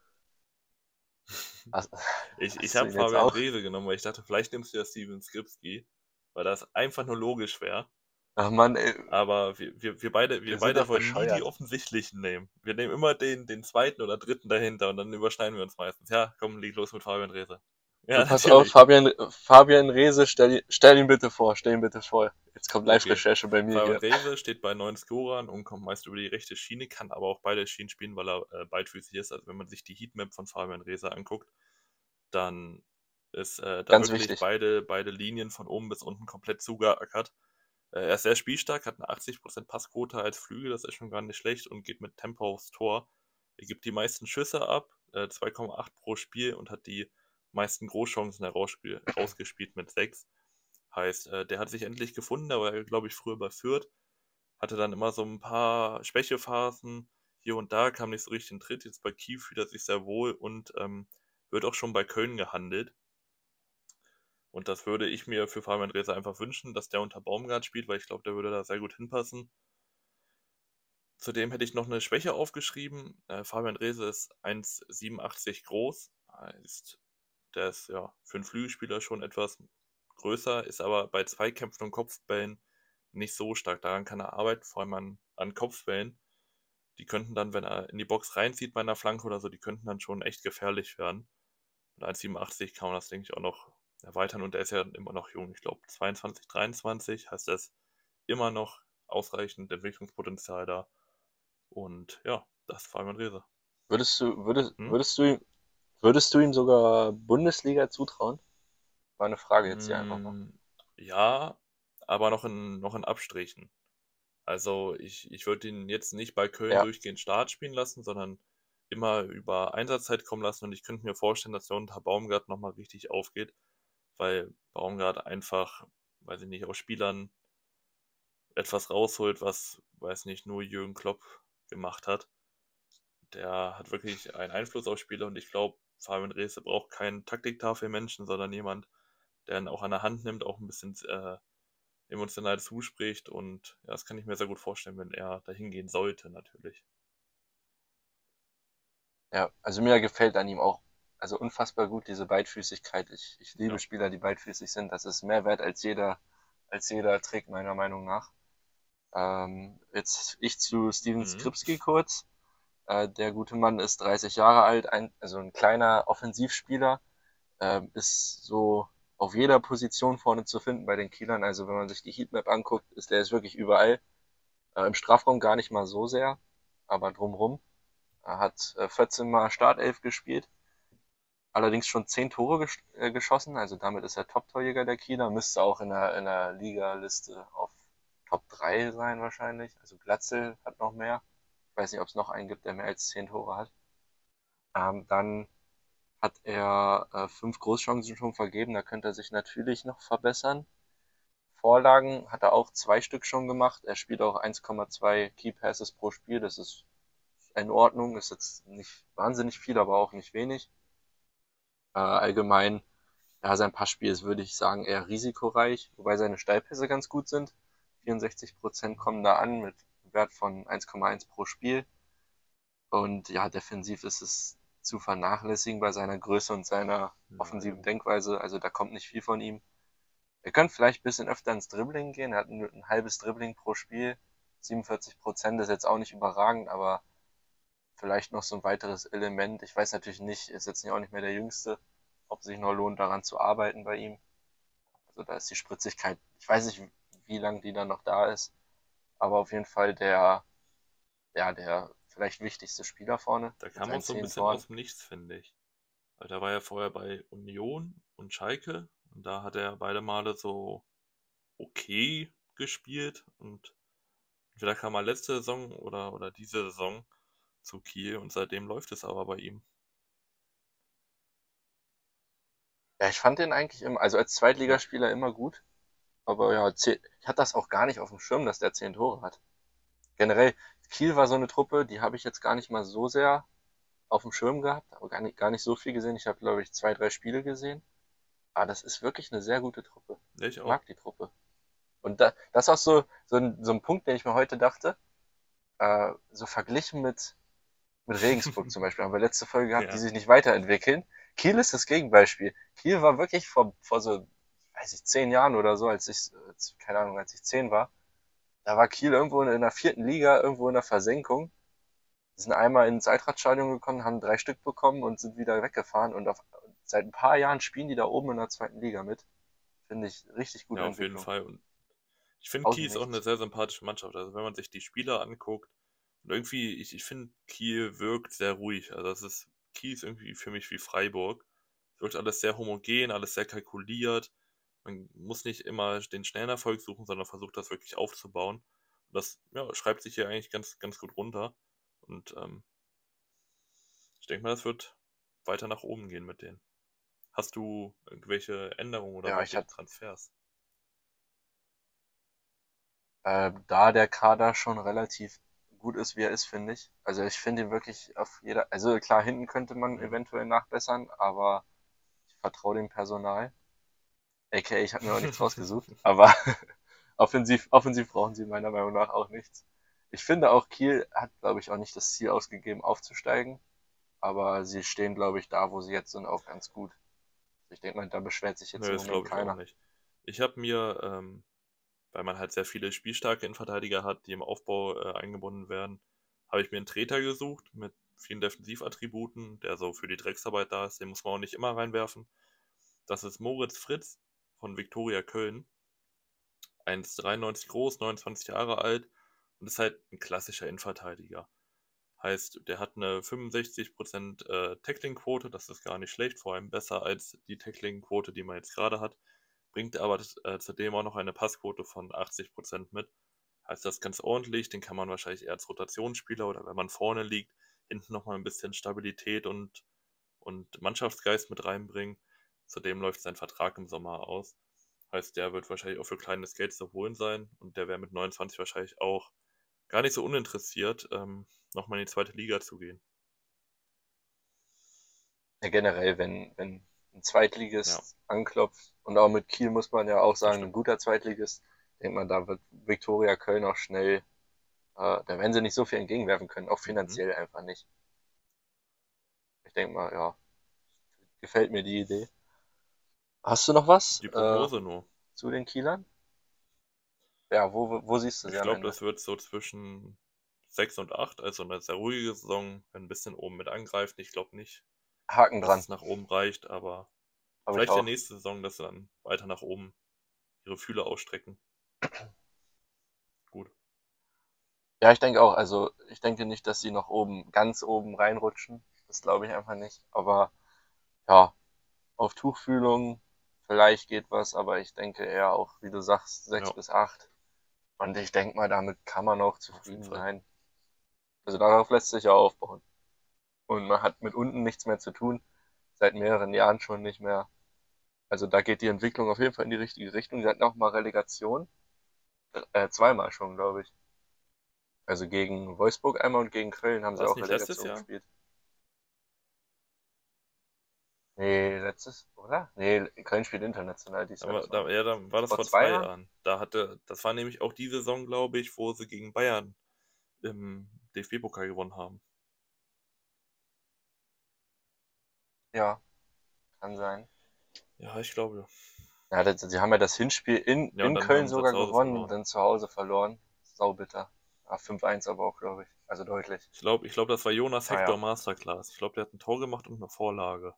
Hast, Ich, ich hast du habe ihn jetzt Fabian auch? Reese genommen, weil ich dachte, vielleicht nimmst du ja Steven Skripski, weil das einfach nur logisch wäre. Ach Mann, ey, Aber wir, wir, wir beide, wir wir sind doch beide wollen nie die bescheuert. offensichtlichen nehmen. Wir nehmen immer den, den zweiten oder dritten dahinter und dann überschneiden wir uns meistens. Ja, komm, leg los mit Fabian Reese. Du, Ja, pass auf, natürlich. Fabian, Fabian Reese, stell, stell ihn bitte vor, stell ihn bitte vor. Jetzt kommt Okay. Live-Recherche bei mir Fabian hier. Reese steht bei neun Scorern und kommt meist über die rechte Schiene, kann aber auch beide Schienen spielen, weil er äh, beidfüßig ist. Also wenn man sich die Heatmap von Fabian Reese anguckt, dann ist äh, da Ganz wirklich wichtig. beide, beide Linien von oben bis unten komplett zugeackert. Äh, er ist sehr spielstark, hat eine achtzig Prozent Passquote als Flügel, das ist schon gar nicht schlecht und geht mit Tempo aufs Tor. Er gibt die meisten Schüsse ab, äh, zwei Komma acht pro Spiel und hat die meisten Großchancen herausspiel- rausgespielt mit sechs. Heißt, äh, der hat sich endlich gefunden, der war, glaube ich, früher bei Fürth, hatte dann immer so ein paar Schwächephasen. Hier und da kam nicht so richtig in Tritt. Jetzt bei Kiel fühlt er sich sehr wohl und ähm, wird auch schon bei Köln gehandelt. Und das würde ich mir für Fabian Reese einfach wünschen, dass der unter Baumgart spielt, weil ich glaube, der würde da sehr gut hinpassen. Zudem hätte ich noch eine Schwäche aufgeschrieben. Äh, Fabian Reese ist eins Komma siebenundachtzig groß. Heißt, der ist ja für einen Flügelspieler schon etwas größer, ist aber bei Zweikämpfen und Kopfbällen nicht so stark. Daran kann er arbeiten, vor allem an, an Kopfbällen. Die könnten dann, wenn er in die Box reinzieht bei einer Flanke oder so, die könnten dann schon echt gefährlich werden. Mit eins Komma siebenundachtzig kann man das, denke ich, auch noch erweitern. Und er ist ja immer noch jung. Ich glaube, zweiundzwanzig, dreiundzwanzig, heißt er ist immer noch ausreichend Entwicklungspotenzial da. Und ja, das ist Fabian Reese. Würdest du, würdest, Hm? würdest du, ihm- würdest du ihm sogar Bundesliga zutrauen? War eine Frage jetzt hier einfach mal. Mm, ja, aber noch in, noch in Abstrichen. Also ich, ich würde ihn jetzt nicht bei Köln Ja, durchgehend Start spielen lassen, sondern immer über Einsatzzeit kommen lassen. Und ich könnte mir vorstellen, dass der unter Baumgart nochmal richtig aufgeht, weil Baumgart einfach, weiß ich nicht, aus Spielern etwas rausholt, was, weiß nicht, nur Jürgen Klopp gemacht hat. Der hat wirklich einen Einfluss auf Spieler und ich glaube, Fabian Reese braucht keinen Taktiktafelmenschen, sondern jemand, der ihn auch an der Hand nimmt, auch ein bisschen äh, emotional zuspricht und ja, das kann ich mir sehr gut vorstellen, wenn er dahin gehen sollte, natürlich. ja. Also mir gefällt an ihm auch, also unfassbar gut diese Beidfüßigkeit. Ich, ich liebe Ja. Spieler, die beidfüßig sind. Das ist mehr wert als jeder, als jeder Trick, meiner Meinung nach. Ähm, jetzt ich zu Steven Mhm. Skripski kurz. Äh, der gute Mann ist dreißig Jahre alt, ein, also ein kleiner Offensivspieler, ähm, ist so auf jeder Position vorne zu finden bei den Kielern. Also wenn man sich die Heatmap anguckt, ist der ist wirklich überall. Äh, Im Strafraum gar nicht mal so sehr, aber drumrum. Er hat äh, vierzehn Mal Startelf gespielt, allerdings schon zehn Tore ges äh, geschossen, also damit ist er Top-Torjäger der Kieler, müsste auch in der, in der Liga-Liste auf Top drei sein wahrscheinlich. Also Glatzel hat noch mehr. Ich weiß nicht, ob es noch einen gibt, der mehr als zehn Tore hat. Ähm, dann hat er äh, fünf Großchancen schon vergeben, da könnte er sich natürlich noch verbessern. Vorlagen hat er auch zwei Stück schon gemacht. Er spielt auch eins Komma zwei Key Passes pro Spiel. Das ist in Ordnung. Ist jetzt nicht wahnsinnig viel, aber auch nicht wenig. Äh, allgemein, ja, sein Passspiel ist, würde ich sagen, eher risikoreich, wobei seine Steilpässe ganz gut sind. vierundsechzig Prozent kommen da an mit einem Wert von eins Komma eins pro Spiel. Und ja, defensiv ist es zu vernachlässigen bei seiner Größe und seiner offensiven Nein. Denkweise. Also da kommt nicht viel von ihm. Er könnte vielleicht ein bisschen öfter ins Dribbling gehen. Er hat ein, ein halbes Dribbling pro Spiel. siebenundvierzig Prozent ist jetzt auch nicht überragend, aber vielleicht noch so ein weiteres Element. Ich weiß natürlich nicht, er ist jetzt auch nicht mehr der Jüngste, ob es sich noch lohnt, daran zu arbeiten bei ihm. Also da ist die Spritzigkeit, ich weiß nicht, wie lange die dann noch da ist, aber auf jeden Fall der, ja, der vielleicht wichtigste Spieler vorne Da mit kam auch seinen so ein zehn bisschen Toren. aus dem Nichts, finde ich. Weil da war er vorher bei Union und Schalke und da hat er beide Male so okay gespielt und entweder kam er letzte Saison oder, oder diese Saison zu Kiel und seitdem läuft es aber bei ihm. Ja, ich fand den eigentlich immer, also als Ja, Zweitligaspieler immer gut, aber ja, zehn, ich hatte das auch gar nicht auf dem Schirm, dass der zehn Tore hat. Generell, Kiel war so eine Truppe, die habe ich jetzt gar nicht mal so sehr auf dem Schirm gehabt, aber gar nicht, gar nicht so viel gesehen. Ich habe, glaube ich, zwei, drei Spiele gesehen. Aber das ist wirklich eine sehr gute Truppe. ich Ich auch. mag die Truppe. Und da, das ist auch so, so, ein, so ein Punkt, den ich mir heute dachte. Äh, so verglichen mit, mit Regensburg zum Beispiel, haben wir letzte Folge gehabt, die Ja, sich nicht weiterentwickeln. Kiel ist das Gegenbeispiel. Kiel war wirklich vor, vor so, weiß ich, zehn Jahren oder so, als ich, als, keine Ahnung, als ich zehn war, da war Kiel irgendwo in, in der vierten Liga, irgendwo in der Versenkung. Sind einmal ins Eintrachtstadion gekommen, haben drei Stück bekommen und sind wieder weggefahren. Und auf, seit ein paar Jahren spielen die da oben in der zweiten Liga mit. Finde ich richtig ja, gute auf jeden Entwicklung. Fall. Und ich finde, Aus Kiel dem ist auch eine Nichts. sehr sympathische Mannschaft. Also wenn man sich die Spieler anguckt und irgendwie, ich, ich finde, Kiel wirkt sehr ruhig. Also das ist, Kiel ist irgendwie für mich wie Freiburg. Es wirkt alles sehr homogen, alles sehr kalkuliert. Man muss nicht immer den schnellen Erfolg suchen, sondern versucht das wirklich aufzubauen. Und das ja, schreibt sich hier eigentlich ganz, ganz gut runter. Und ähm, ich denke mal, das wird weiter nach oben gehen mit denen. Hast du irgendwelche Änderungen oder Ja, ich irgendwelche hatte, Transfers? äh, da der Kader schon relativ gut ist, wie er ist, finde ich. Also ich finde ihn wirklich auf jeder, also klar, hinten könnte man Mhm. eventuell nachbessern, aber ich vertraue dem Personal. A K A, ich habe mir auch nichts rausgesucht, aber offensiv, offensiv brauchen sie meiner Meinung nach auch nichts. Ich finde auch, Kiel hat, glaube ich, auch nicht das Ziel ausgegeben, aufzusteigen, aber sie stehen, glaube ich, da, wo sie jetzt sind, auch ganz gut. Ich denke mal, da beschwert sich jetzt Nö, im das Moment glaube ich auch keiner. nicht. Ich habe mir, ähm, weil man halt sehr viele spielstarke Innenverteidiger hat, die im Aufbau äh, eingebunden werden, habe ich mir einen Treter gesucht mit vielen Defensivattributen, der so für die Drecksarbeit da ist. Den muss man auch nicht immer reinwerfen. Das ist Moritz Fritz von Viktoria Köln. eins Komma dreiundneunzig groß, neunundzwanzig Jahre alt und ist halt ein klassischer Innenverteidiger. Heißt, der hat eine fünfundsechzig Prozent äh, Tackling-Quote, das ist gar nicht schlecht, vor allem besser als die Tackling-Quote, die man jetzt gerade hat. Bringt aber äh, zudem auch noch eine Passquote von achtzig Prozent mit. Heißt, das ist ganz ordentlich, den kann man wahrscheinlich eher als Rotationsspieler oder wenn man vorne liegt, hinten nochmal ein bisschen Stabilität und, und Mannschaftsgeist mit reinbringen. Zudem läuft sein Vertrag im Sommer aus. Heißt, der wird wahrscheinlich auch für kleines Geld zu holen sein und der wäre mit neunundzwanzig wahrscheinlich auch gar nicht so uninteressiert, ähm, nochmal in die zweite Liga zu gehen. Ja, generell, wenn, wenn ein Ja, Zweitligist anklopft, und auch mit Kiel muss man ja auch das sagen, ein stimmt. guter Zweitligist, denkt man, da wird Viktoria Köln auch schnell, äh, da werden sie nicht so viel entgegenwerfen können, auch Mhm. finanziell einfach nicht. Ich denke mal, ja, gefällt mir die Idee. Hast du noch was Die äh, Prognose nur. zu den Kielern? Ja, wo, wo, wo siehst du sie Ich am glaube, Ende? das wird so zwischen sechs und acht, also eine sehr ruhige Saison, ein bisschen oben mit angreifen. Ich glaube nicht, Haken dass dran, es nach oben reicht, aber habe ich vielleicht in auch. der nächsten Saison, dass sie dann weiter nach oben ihre Fühler ausstrecken. Gut. Ja, ich denke auch. Also ich denke nicht, dass sie noch oben, ganz oben reinrutschen. Das glaube ich einfach nicht. Aber ja, auf Tuchfühlung vielleicht geht was, aber ich denke eher auch, wie du sagst, sechs Ja, bis acht. Und ich denke mal, damit kann man auch auf jeden zufrieden Fall. sein. Also darauf lässt sich ja aufbauen. Und man hat mit unten nichts mehr zu tun. Seit mehreren Jahren schon nicht mehr. Also da geht die Entwicklung auf jeden Fall in die richtige Richtung. Sie hatten auch mal Relegation. Äh, zweimal schon, glaube ich. Also gegen Wolfsburg einmal und gegen Köln haben War sie es auch nicht letztes Relegation Jahr? gespielt. Nee, letztes, oder? Nee, Köln spielt international dies Jahr, Aber das war da, ja, dann war das vor vor zwei zwei Jahren? Jahren. Da hatte, das war nämlich auch die Saison, glaube ich, wo sie gegen Bayern im D F B-Pokal gewonnen haben. Ja, kann sein. Ja, ich glaube. Ja, das, sie haben ja das Hinspiel in, Ja, und in dann Köln haben sie sogar zu Hause gewonnen, verloren. dann zu Hause verloren. Saubitter. Ah, fünf eins aber auch, glaube ich. Also deutlich. Ich glaube, ich glaub, das war Jonas Hector Naja, Masterclass. Ich glaube, der hat ein Tor gemacht und eine Vorlage.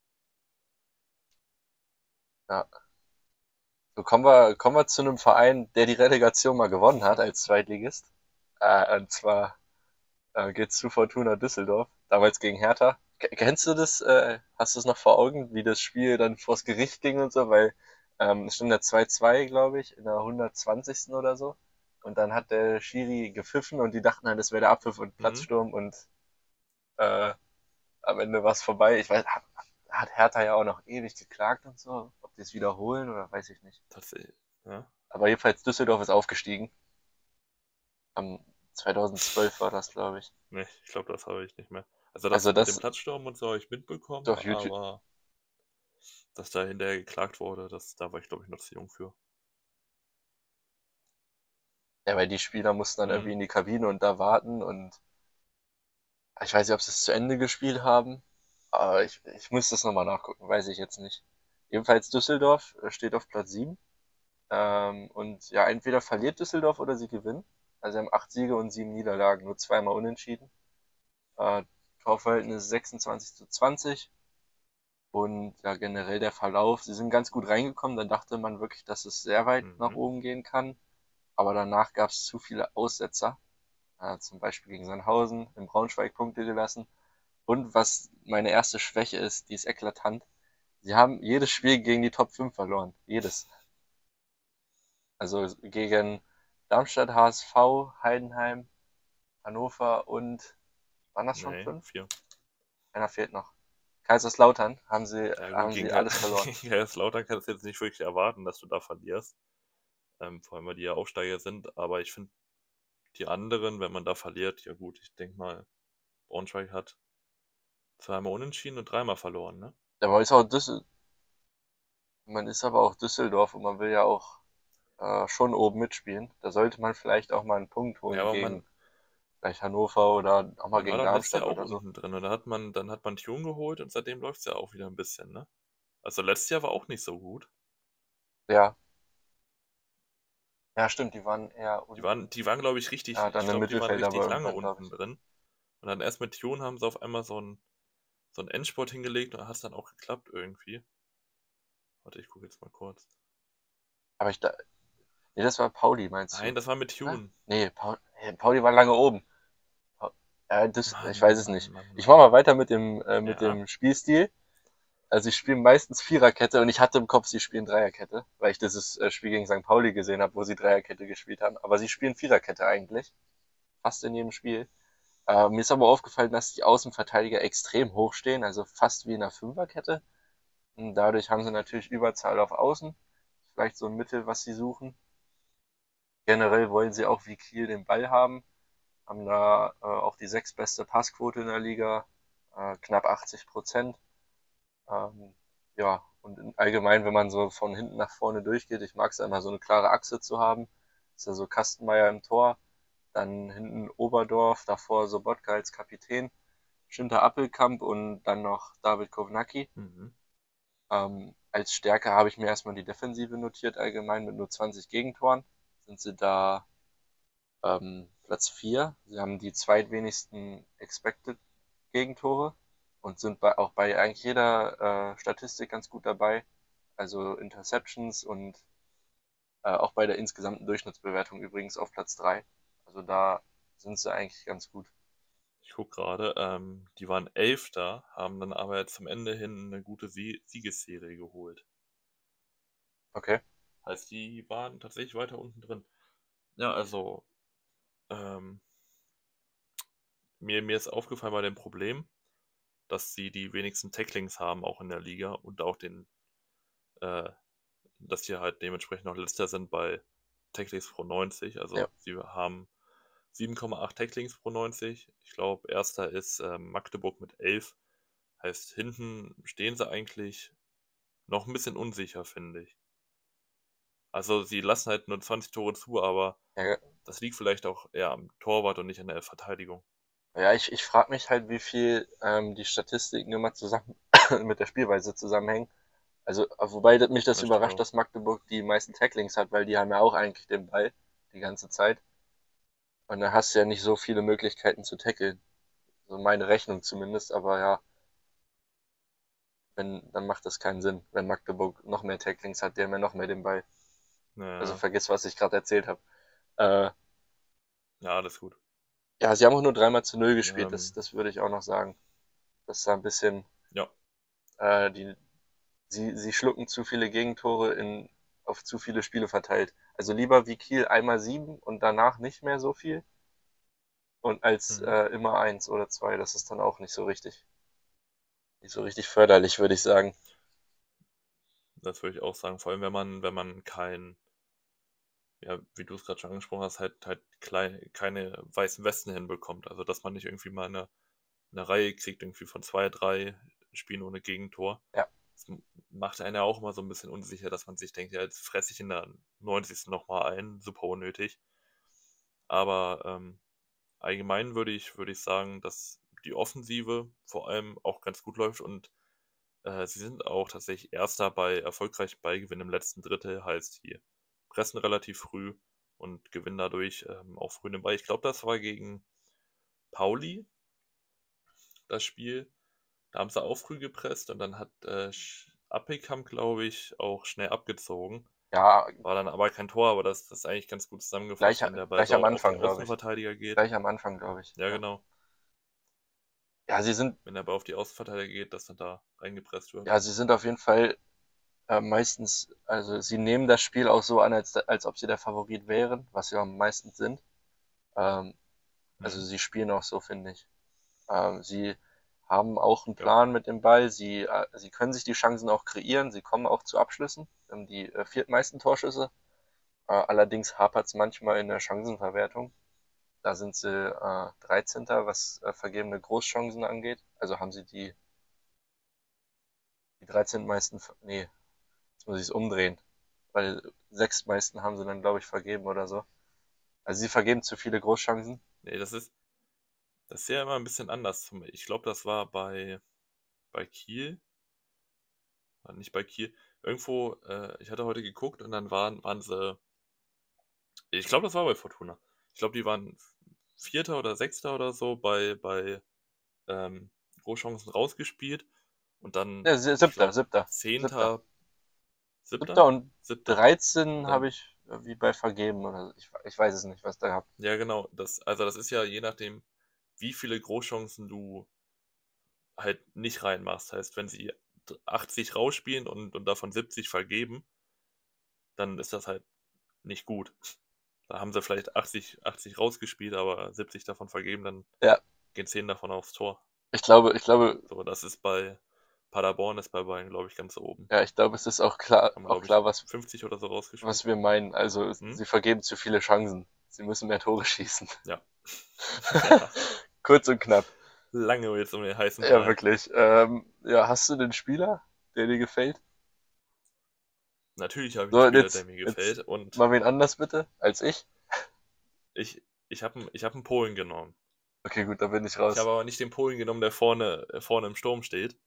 ja. So kommen wir, kommen wir zu einem Verein, der die Relegation mal gewonnen hat als Zweitligist. Äh, und zwar äh, geht's zu Fortuna Düsseldorf, damals gegen Hertha. K kennst du das? Äh, hast du es noch vor Augen, wie das Spiel dann vors Gericht ging und so? Weil ähm, es stand ja zwei zwei, glaube ich, in der hundertzwanzigsten oder so. Und dann hat der Schiri gepfiffen und die dachten halt, das wäre der Abpfiff und Mhm. Platzsturm und äh, am Ende war es vorbei. Ich weiß, hat, hat Hertha ja auch noch ewig geklagt und so. Ob die es wiederholen oder weiß ich nicht. Tatsächlich. Ja. Aber jedenfalls Düsseldorf ist aufgestiegen. Am zweitausendzwölf war das, glaube ich. Nee, ich glaube, das habe ich nicht mehr. Also Also das mit dem das Platzsturm und so habe ich mitbekommen, auf YouTube. aber dass da hinterher geklagt wurde, das, da war ich, glaube ich, noch zu jung für. Ja, weil die Spieler mussten dann irgendwie Mhm. in die Kabine und da warten und ich weiß nicht, ob sie es zu Ende gespielt haben, aber ich, ich muss das nochmal nachgucken, weiß ich jetzt nicht. Jedenfalls Düsseldorf äh, steht auf Platz sieben. Ähm, und ja, entweder verliert Düsseldorf oder sie gewinnen. Also sie haben acht Siege und sieben Niederlagen, nur zweimal unentschieden. Äh, Torverhältnis sechsundzwanzig zu zwanzig. Und ja, generell der Verlauf, sie sind ganz gut reingekommen, dann dachte man wirklich, dass es sehr weit nach Mhm. oben gehen kann. Aber danach gab es zu viele Aussetzer. Äh, zum Beispiel gegen Sandhausen, in Braunschweig Punkte gelassen. Und was meine erste Schwäche ist, die ist eklatant. Sie haben jedes Spiel gegen die Top fünf verloren. Jedes. Also gegen Darmstadt, H S V, Heidenheim, Hannover und waren das schon Nee, fünf? vier. Einer fehlt noch. Kaiserslautern haben sie, Ja gut, haben gegen, sie Ka- alles verloren. gegen Kaiserslautern kannst du jetzt nicht wirklich erwarten, dass du da verlierst. Ähm, vor allem, weil die ja Aufsteiger sind. Aber ich finde, die anderen, wenn man da verliert, ja gut, ich denke mal, Braunschweig hat zweimal unentschieden und dreimal verloren, ne? Da war jetzt auch Düssel Man ist aber auch Düsseldorf und man will ja auch äh, schon oben mitspielen. Da sollte man vielleicht auch mal einen Punkt Ja, holen aber man, gegen vielleicht Hannover oder auch mal man war gegen doch letztes Jahr Darmstadt auch oder so. unten drin und da hat man, dann hat man Tune geholt und seitdem läuft es ja auch wieder ein bisschen, ne? Also letztes Jahr war auch nicht so gut. Ja, ja, stimmt, die waren eher Die unten. waren, die waren, glaube ich, richtig, Ja, ich dann im glaube, die waren Mittelfeld aber richtig lange irgendwann, glaube unten ich. drin. Und dann erst mit Tune haben sie auf einmal so einen, so einen Endspurt hingelegt und dann hat es dann auch geklappt irgendwie. Warte, ich gucke jetzt mal kurz. Aber ich da, nee, das war Pauli, meinst Nein, du? das war mit Oder? Tune. Nee, Paul, hey, Pauli war lange oben. Pa- Ja, das, ich weiß Mann, es Mann, nicht. Mann, Ich mache Mann. mal weiter mit dem, äh, mit Ja. dem Spielstil. Also ich spiele meistens Viererkette und ich hatte im Kopf, sie spielen Dreierkette, weil ich dieses äh, Spiel gegen Sankt Pauli gesehen habe, wo sie Dreierkette gespielt haben. Aber sie spielen Viererkette eigentlich, fast in jedem Spiel. Äh, mir ist aber aufgefallen, dass die Außenverteidiger extrem hoch stehen, also fast wie in einer Fünferkette. Und dadurch haben sie natürlich Überzahl auf Außen, vielleicht so ein Mittel, was sie suchen. Generell wollen sie auch wie Kiel den Ball haben, haben da äh, auch die sechstbeste Passquote in der Liga, äh, knapp achtzig Prozent. Ähm, ja, und allgemein, wenn man so von hinten nach vorne durchgeht, ich mag es einmal so eine klare Achse zu haben. Das ist ja so Kastenmeier im Tor, dann hinten Oberdorf, davor Sobotka als Kapitän, Schinter Appelkamp und dann noch David Kovnacki. Mhm. Ähm, als Stärke habe ich mir erstmal die Defensive notiert, allgemein mit nur zwanzig Gegentoren. Sind sie da ähm, Platz vier. Sie haben die zweitwenigsten Expected Gegentore und sind bei, auch bei eigentlich jeder äh, Statistik ganz gut dabei. Also Interceptions und äh, auch bei der insgesamten Durchschnittsbewertung übrigens auf Platz drei. Also da sind sie eigentlich ganz gut. Ich gucke gerade, ähm, die waren Elfter, haben dann aber jetzt zum Ende hin eine gute Sie Siegesserie geholt. Okay. Heißt, die waren tatsächlich weiter unten drin. Ja, also, ähm, mir, mir ist aufgefallen bei dem Problem, dass sie die wenigsten Tacklings haben, auch in der Liga und auch den, äh, dass sie halt dementsprechend auch letzter sind bei Tacklings pro neunzig. Ja. Also sie haben sieben Komma acht Tacklings pro neunzig. Ich glaube, erster ist ähm, Magdeburg mit elf. Heißt, hinten stehen sie eigentlich noch ein bisschen unsicher, finde ich. Also sie lassen halt nur zwanzig Tore zu, aber Ja, das liegt vielleicht auch eher am Torwart und nicht an der Verteidigung. ja ich, ich frage mich halt, wie viel ähm, die Statistiken immer zusammen mit der Spielweise zusammenhängen. Also, wobei mich das Das stimmt überrascht, auch. dass Magdeburg die meisten Tacklings hat, weil die haben ja auch eigentlich den Ball die ganze Zeit. Und da hast du ja nicht so viele Möglichkeiten zu tackeln. So meine Rechnung zumindest, aber ja, wenn, dann macht das keinen Sinn, wenn Magdeburg noch mehr Tacklings hat, die haben ja noch mehr den Ball. Also Ja, vergiss, was ich gerade erzählt habe. Äh, ja, alles gut. ja, sie haben auch nur dreimal zu null gespielt, das, Ähm, das würde ich auch noch sagen. Das ist da ein bisschen, ja, äh, die, sie, sie schlucken zu viele Gegentore in, auf zu viele Spiele verteilt. Also lieber wie Kiel einmal sieben und danach nicht mehr so viel und als mhm. äh, immer eins oder zwei. Das ist dann auch nicht so richtig, nicht so richtig förderlich, würde ich sagen. Das würde ich auch sagen. Vor allem, wenn man, wenn man kein, ja, wie du es gerade schon angesprochen hast, halt, halt klein, keine weißen Westen hinbekommt. Also, dass man nicht irgendwie mal eine, eine Reihe kriegt, irgendwie von zwei, drei Spielen ohne Gegentor. Ja, Das m- macht einen ja auch immer so ein bisschen unsicher, dass man sich denkt, ja, jetzt fresse ich in der neunzigsten nochmal ein, super unnötig. Aber ähm, allgemein würde ich, würde ich sagen, dass die Offensive vor allem auch ganz gut läuft und äh, sie sind auch tatsächlich Erster bei erfolgreichen Ballgewinn im letzten Drittel, heißt die pressen relativ früh und gewinnen dadurch ähm, auch früh den Ball. Ich glaube, das war gegen Pauli das Spiel. Da haben sie auch früh gepresst und dann hat äh, Appelkamp, glaube ich, auch schnell abgezogen. ja, War dann aber kein Tor, aber das, das ist eigentlich ganz gut zusammengefasst, gleich, wenn der Ball gleich so am auf den Anfang, glaube ich. Außenverteidiger geht. Gleich am Anfang, glaube ich. Ja, Ja. genau. Ja, sie sind, Wenn der Ball auf die Außenverteidiger geht, dass dann da reingepresst wird. ja, sie sind auf jeden Fall äh, meistens, also sie nehmen das Spiel auch so an, als, als ob sie der Favorit wären, was sie am meisten sind. Ähm, also Mhm. sie spielen auch so, finde ich. Ähm, sie haben auch einen Ja. Plan mit dem Ball. Sie, äh, sie können sich die Chancen auch kreieren. Sie kommen auch zu Abschlüssen. Sie haben die äh, viertmeisten Torschüsse. Äh, allerdings hapert es manchmal in der Chancenverwertung. Da sind sie äh, dreizehnter was äh, vergebene Großchancen angeht. Also haben sie die, die dreizehn meisten, nee, jetzt Jetzt muss ich es umdrehen. Weil sechs meisten haben sie dann, glaube ich, vergeben oder so. Also sie vergeben zu viele Großchancen. Nee, das ist, das ist ja immer ein bisschen anders. Ich glaube, das war bei, bei Kiel. War nicht bei Kiel. Irgendwo, äh, ich hatte heute geguckt und dann waren, waren sie. Ich glaube, das war bei Fortuna. Ich glaube, die waren Vierter oder Sechster oder so bei, bei ähm, Großchancen rausgespielt. Und dann, Ja, sie- ich siebter, glaube, siebter, siebter. Zehnter, Siebter Siebter? und Siebter. dreizehn Und habe dann, ich äh, wie bei vergeben oder so. Ich, ich weiß es nicht, was da hab. ja genau, das, also das ist ja je nachdem, wie viele Großchancen du halt nicht reinmachst. Heißt, wenn sie achtzig rausspielen und, und davon siebzig vergeben, dann ist das halt nicht gut. Da haben sie vielleicht achtzig, achtzig rausgespielt, aber siebzig davon vergeben, dann Ja, gehen zehn davon aufs Tor. ich glaube, ich glaube, So, das ist bei Paderborn ist bei Bayern, glaube ich, ganz oben. ja, ich glaube, es ist auch klar, Haben, auch glaube ich, klar, was, fünfzig oder so rausgespielt. was wir meinen. Also es- Hm? sie vergeben zu viele Chancen. Sie müssen mehr Tore schießen. Ja. Ja. Kurz und knapp. Lange jetzt um den heißen Ja, Brei. wirklich. Ähm, ja, hast du den Spieler, der dir gefällt? Natürlich habe ich So, einen und Spieler, der jetzt, mir jetzt gefällt und mal wen anders bitte, als ich. ich, ich habe ich hab einen Polen genommen. Okay, gut, da bin ich Ich habe raus. aber nicht den Polen genommen, der vorne, äh, vorne im Sturm steht.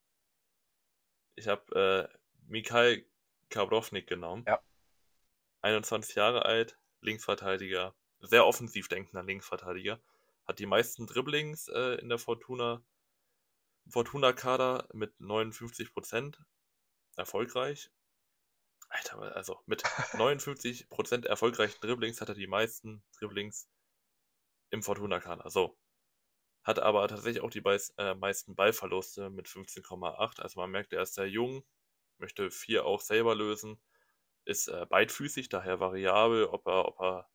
Ich habe äh, Mikhail Kabrownik genommen. Ja, einundzwanzig Jahre alt, Linksverteidiger, sehr offensiv denkender Linksverteidiger. Hat die meisten Dribblings äh, in der Fortuna, Fortuna-Kader mit neunundfünfzig Prozent erfolgreich. Alter, also mit neunundfünfzig Prozent erfolgreichen Dribblings hat er die meisten Dribblings im Fortuna-Kader. So. Hat aber tatsächlich auch die beis- äh, meisten Ballverluste mit fünfzehn Komma acht. Also man merkt, er ist sehr jung, möchte vier auch selber lösen, ist äh, beidfüßig, daher variabel, ob er, ob er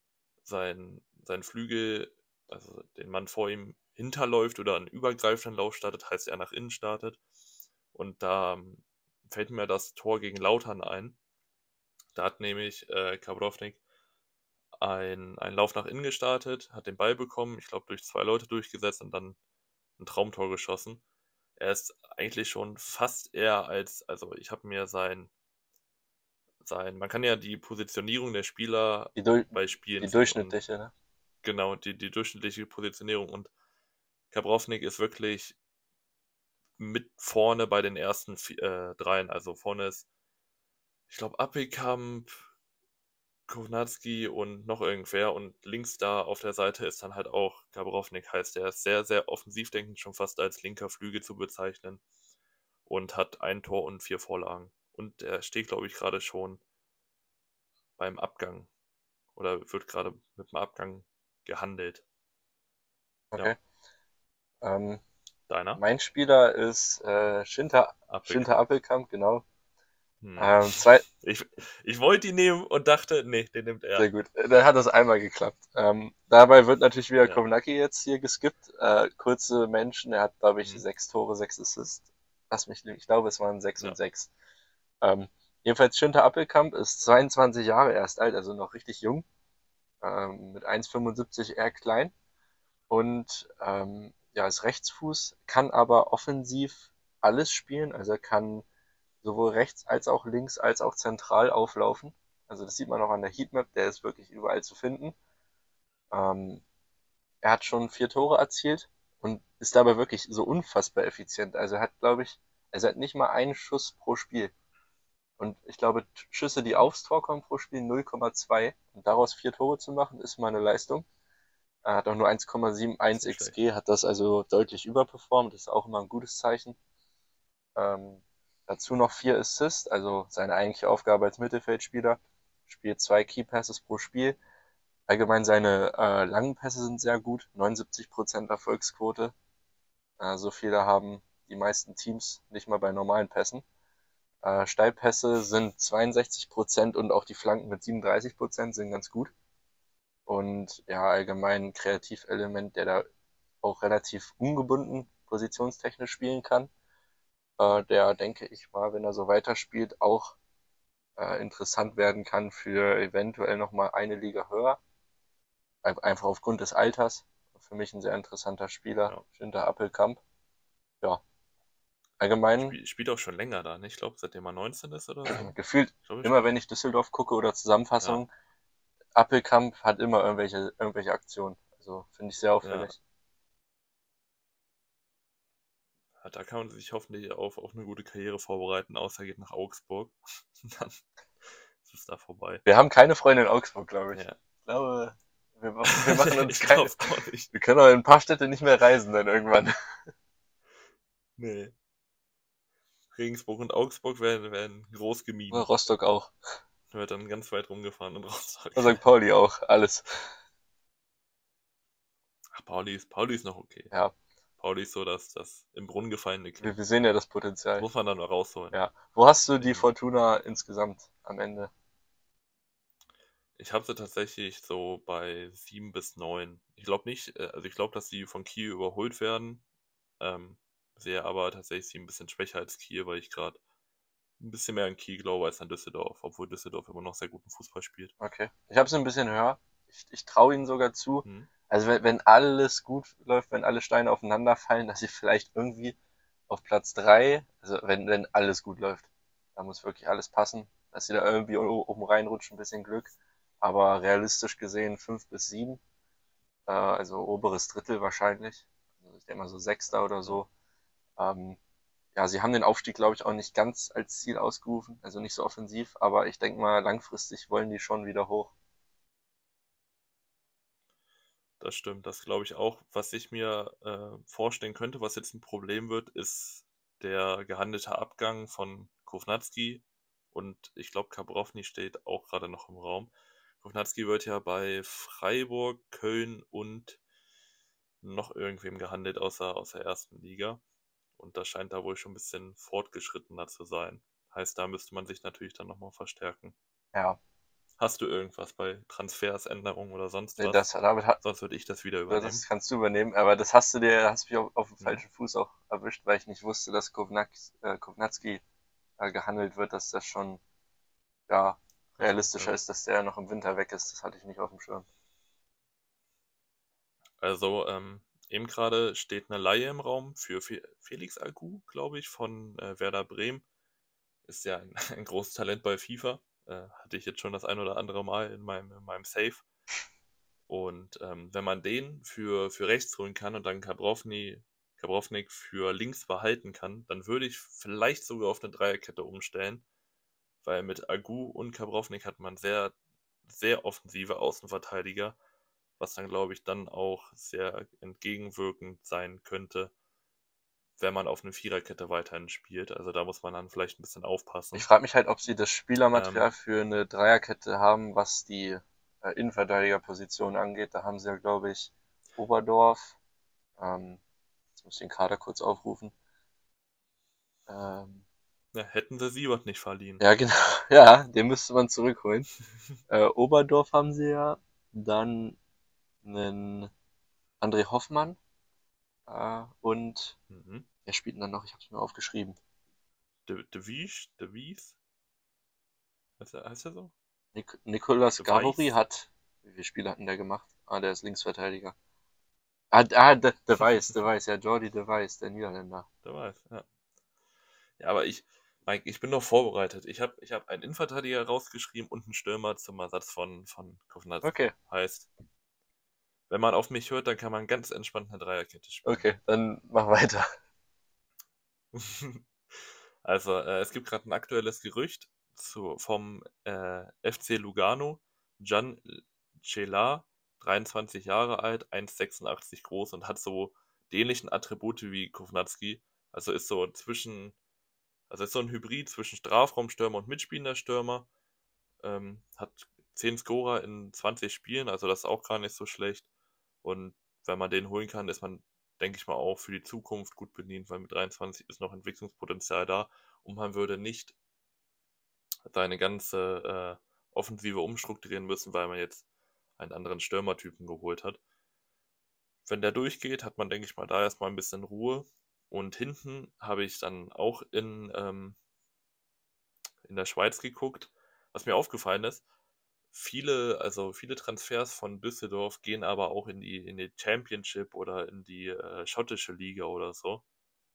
sein, sein Flügel, also den Mann vor ihm hinterläuft oder einen übergreifenden Lauf startet, heißt er nach innen startet. Und da ähm, fällt mir das Tor gegen Lautern ein. Da hat nämlich äh, Kabrovnik ein, einen Lauf nach innen gestartet, hat den Ball bekommen, ich glaube durch zwei Leute durchgesetzt und dann ein Traumtor geschossen. Er ist eigentlich schon fast eher als, also ich habe mir sein, sein, man kann ja die Positionierung der Spieler die, Dur bei Spielen die sehen und durchschnittliche, ne? genau, die, die durchschnittliche Positionierung und Kabrovnik ist wirklich mit vorne bei den ersten vi- äh, dreien. Also vorne ist, ich glaube, Appelkamp, Kownatski und noch irgendwer und links da auf der Seite ist dann halt auch Kabrovnik, heißt der ist sehr, sehr offensiv denkend, schon fast als linker Flügel zu bezeichnen und hat ein Tor und vier Vorlagen. Und er steht, glaube ich, gerade schon beim Abgang oder wird gerade mit dem Abgang gehandelt. Ja, Okay. Ähm, deiner? mein Spieler ist äh, Schinter, Schinter Appelkamp. Appelkamp, genau. Hm. Ähm, zwei, Ich, ich wollte ihn nehmen und dachte, nee, den nimmt er. sehr gut. Äh, Dann hat das einmal geklappt. Ähm, dabei wird natürlich wieder Ja. Kovnacki jetzt hier geskippt. Äh, kurze Menschen, er hat, glaube ich, Hm. sechs Tore, sechs Assists. Lass mich lügen, ich glaube, es waren sechs und Ja. sechs. Ähm, jedenfalls Schinter Appelkamp ist zweiundzwanzig Jahre erst alt, also noch richtig jung. Ähm, mit eins Komma fünfundsiebzig eher klein. Und ähm, ja, ist Rechtsfuß, kann aber offensiv alles spielen. Also er kann sowohl rechts als auch links als auch zentral auflaufen. Also das sieht man auch an der Heatmap, der ist wirklich überall zu finden. Ähm, er hat schon vier Tore erzielt und ist dabei wirklich so unfassbar effizient. Also er hat, glaube ich, also er hat nicht mal einen Schuss pro Spiel. Und ich glaube, Schüsse, die aufs Tor kommen pro Spiel null Komma zwei. Und daraus vier Tore zu machen, ist mal eine Leistung. Er hat auch nur eins Komma Ist siebenundsiebzig nicht schlecht. X G, hat das also deutlich überperformt. Das ist auch immer ein gutes Zeichen. Ähm, dazu noch vier Assists, also seine eigentliche Aufgabe als Mittelfeldspieler. Spielt zwei Key Passes pro Spiel. Allgemein seine äh, langen Pässe sind sehr gut, neunundsiebzig Prozent Erfolgsquote. Äh, so viele haben die meisten Teams nicht mal bei normalen Pässen. Äh, Steilpässe sind zweiundsechzig Prozent und auch die Flanken mit siebenunddreißig Prozent sind ganz gut. Und ja, allgemein ein Kreativelement, der da auch relativ ungebunden positionstechnisch spielen kann. Äh, der, denke ich mal, wenn er so weiterspielt, auch äh, interessant werden kann für eventuell nochmal eine Liga höher. Einfach aufgrund des Alters. Für mich ein sehr interessanter Spieler, Ja. Schinter Appelkamp. Ja, allgemein Spiel, spielt auch schon länger da, ne? Ich glaube, seitdem er neunzehn ist oder so. gefühlt Ich glaube, er immer, spielt. wenn ich Düsseldorf gucke oder Ja. Zusammenfassungen, Appelkamp hat immer irgendwelche, irgendwelche Aktionen. Also finde ich sehr Ja. auffällig. Ja, da kann man sich hoffentlich auf, auf eine gute Karriere vorbereiten, außer er geht nach Augsburg. Dann ist es da vorbei. Wir haben keine Freunde in Augsburg, glaube ich. Ja. Ich glaube, wir machen, wir machen uns Ich keine. glaub's auch nicht. Wir können auch in ein paar Städte nicht mehr reisen dann irgendwann. Nee. Regensburg und Augsburg werden, werden groß gemieden. Rostock auch. Da wird dann ganz weit rumgefahren in Rostock. Sankt Pauli auch. Alles. Ach, Pauli ist, Pauli ist noch okay. Ja, Pauli ist so das, das im Brunnen gefallene wir, Kind. wir sehen ja das Das Potenzial. muss man dann noch rausholen. Ja. Wo hast du die Mhm. Fortuna insgesamt am Ende? Ich habe sie tatsächlich so bei sieben bis neun. Ich glaube nicht, äh, also ich glaube, dass sie von Kiel überholt werden. Ähm, sehe aber tatsächlich sie ein bisschen schwächer als Kiel, weil ich gerade ein bisschen mehr an Kiel glaube als an Düsseldorf, obwohl Düsseldorf immer noch sehr guten Fußball spielt. Okay. Ich habe es ein bisschen höher. Ich, ich traue ihnen sogar zu. Mhm. Also wenn, wenn alles gut läuft, wenn alle Steine aufeinander fallen, dass sie vielleicht irgendwie auf Platz drei, also wenn, wenn alles gut läuft, da muss wirklich alles passen, dass sie da irgendwie o- oben reinrutschen, ein bisschen Glück. Aber realistisch gesehen fünf bis sieben, äh, also oberes Drittel wahrscheinlich. Also ich denke mal so Sechster oder Ja. so. Ähm, ja, sie haben den Aufstieg, glaube ich, auch nicht ganz als Ziel ausgerufen, also nicht so offensiv, aber ich denke mal, langfristig wollen die schon wieder hoch. Das stimmt, das glaube ich auch. Was ich mir äh, vorstellen könnte, was jetzt ein Problem wird, ist der gehandelte Abgang von Kovnatski und ich glaube, Kabrowny steht auch gerade noch im Raum. Kovnatski wird ja bei Freiburg, Köln und noch irgendwem gehandelt außer, aus der ersten Liga. Und das scheint da wohl schon ein bisschen fortgeschrittener zu sein. Heißt, da müsste man sich natürlich dann nochmal verstärken. Ja, Hast du irgendwas bei Transfers, Änderungen oder sonst nee, was? das, damit hat, Sonst würde ich das wieder übernehmen. das kannst du übernehmen, aber das hast du dir, hast mich auf, auf dem Mhm. falschen Fuß auch erwischt, weil ich nicht wusste, dass Kovnak, äh, Kovnatski äh, gehandelt wird, dass das schon, ja, Also, realistischer ja. ist, dass der noch im Winter weg ist. Das hatte ich nicht auf dem Schirm. Also, ähm, eben gerade steht eine Leihe im Raum für Fe Felix Agu, glaube ich, von äh, Werder Bremen. Ist ja ein, ein großes Talent bei FIFA. Äh, hatte ich jetzt schon das ein oder andere Mal in meinem, in meinem Save. Und ähm, wenn man den für, für rechts holen kann und dann Kabrowny, Kabrovnik für links behalten kann, dann würde ich vielleicht sogar auf eine Dreierkette umstellen, weil mit Agu und Kabrovnik hat man sehr, sehr offensive Außenverteidiger, was dann, glaube ich, dann auch sehr entgegenwirkend sein könnte, wenn man auf eine Viererkette weiterhin spielt. Also da muss man dann vielleicht ein bisschen Ich aufpassen. frage mich halt, ob sie das Spielermaterial Ähm, für eine Dreierkette haben, was die äh, Innenverteidigerposition angeht. Da haben sie ja, glaube ich, Oberdorf. Ähm, jetzt muss ich den Kader kurz aufrufen. Ähm, ja, hätten sie Siebert nicht verliehen. ja, genau. Ja, den müsste man zurückholen. Äh, Oberdorf haben sie ja. Dann einen André Hoffmann. Äh, und Mhm. wer spielt denn dann noch? Ich habe es mir aufgeschrieben. De, de Wies, De Wies, heißt er, heißt er so? Nik Nicolas De Gavori Weiss? hat. Wie viele Spiele hat denn der gemacht? Ah, der ist Linksverteidiger. Ah, ah De, De Weiss, De Weiss, ja, Jordi De Weiss, der Niederländer. Der weiß, ja. Ja, aber ich, Mike, ich bin noch vorbereitet. Ich habe ich hab einen Innenverteidiger rausgeschrieben und einen Stürmer zum Ersatz von, von Okay, Kovnatski. Heißt, wenn man auf mich hört, dann kann man ganz entspannt eine Dreierkette spielen. okay, dann mach weiter. Also, äh, es gibt gerade ein aktuelles Gerücht zu, vom äh, F C Lugano. Can Celar, dreiundzwanzig Jahre alt, eins Komma sechsundachtzig groß und hat so die ähnlichen Attribute wie Kovnatski. Also ist so zwischen, also ist so ein Hybrid zwischen Strafraumstürmer und mitspielender Stürmer. Ähm, hat zehn Scorer in zwanzig Spielen, also das ist auch gar nicht so schlecht. Und wenn man den holen kann, ist man, denke ich mal, auch für die Zukunft gut bedient, weil mit dreiundzwanzig ist noch Entwicklungspotenzial da und man würde nicht seine ganze äh, Offensive umstrukturieren müssen, weil man jetzt einen anderen Stürmertypen geholt hat. Wenn der durchgeht, hat man, denke ich mal, da erstmal ein bisschen Ruhe. Und hinten habe ich dann auch in, ähm, in der Schweiz geguckt. Was mir aufgefallen ist, viele, also viele Transfers von Düsseldorf gehen aber auch in die, in die Championship oder in die äh, schottische Liga oder so.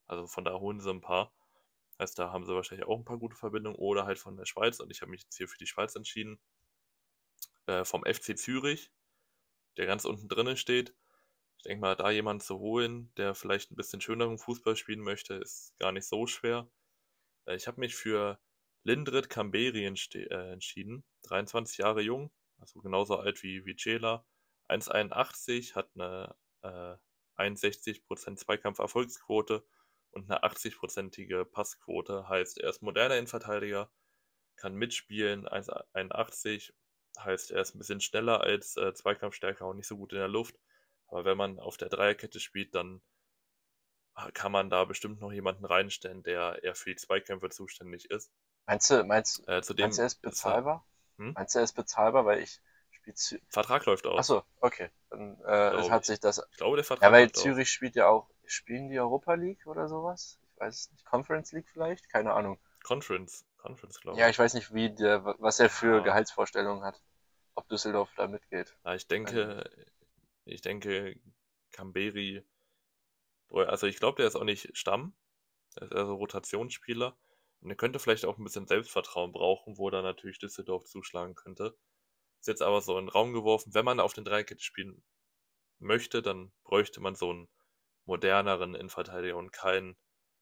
Also von da holen sie ein paar. Heißt, da haben sie wahrscheinlich auch ein paar gute Verbindungen. Oder halt von der Schweiz. Und ich habe mich jetzt hier für die Schweiz entschieden. Äh, vom F C Zürich, der ganz unten drinnen steht. Ich denke mal, da jemanden zu holen, der vielleicht ein bisschen schöneren Fußball spielen möchte, ist gar nicht so schwer. Äh, ich habe mich für Lindred Kamberi entste- äh, entschieden. dreiundzwanzig Jahre jung, also genauso alt wie, wie Cela. eins Komma einundachtzig, hat eine äh, einundsechzig Prozent Zweikampf-Erfolgsquote und eine achtzig-prozentige Passquote. Heißt, er ist moderner Innenverteidiger, kann mitspielen, eins Komma einundachtzig. Heißt, er ist ein bisschen schneller als äh, Zweikampfstärker und nicht so gut in der Luft. Aber wenn man auf der Dreierkette spielt, dann kann man da bestimmt noch jemanden reinstellen, der eher für die Zweikämpfe zuständig ist. Meinst du, meinst, Äh, meinst du, zudem er ist ist er. bezahlbar? Hm? Meinst du, er ist bezahlbar, weil ich spiele Zü Vertrag läuft aus, Achso, okay. Dann äh, es glaube hat ich. sich das. Ich glaube, der Ja, Vertrag weil läuft aus. Zürich spielt ja auch. Spielen die Europa League oder sowas? Ich weiß es nicht. Conference League vielleicht? Keine Ahnung. Conference, Conference, Ja, glaube ich ich. weiß nicht, wie der, was er für Ja, Gehaltsvorstellungen hat. Ob Düsseldorf da mitgeht. ja, ich Weiß ich nicht. denke, ich denke, Kamberi, also ich glaube, der ist auch nicht Stamm, der ist eher so Rotationsspieler. Und er könnte vielleicht auch ein bisschen Selbstvertrauen brauchen, wo dann natürlich Düsseldorf zuschlagen könnte. Ist jetzt aber so in den Raum geworfen, wenn man auf den Dreierkette spielen möchte, dann bräuchte man so einen moderneren Innenverteidiger und keinen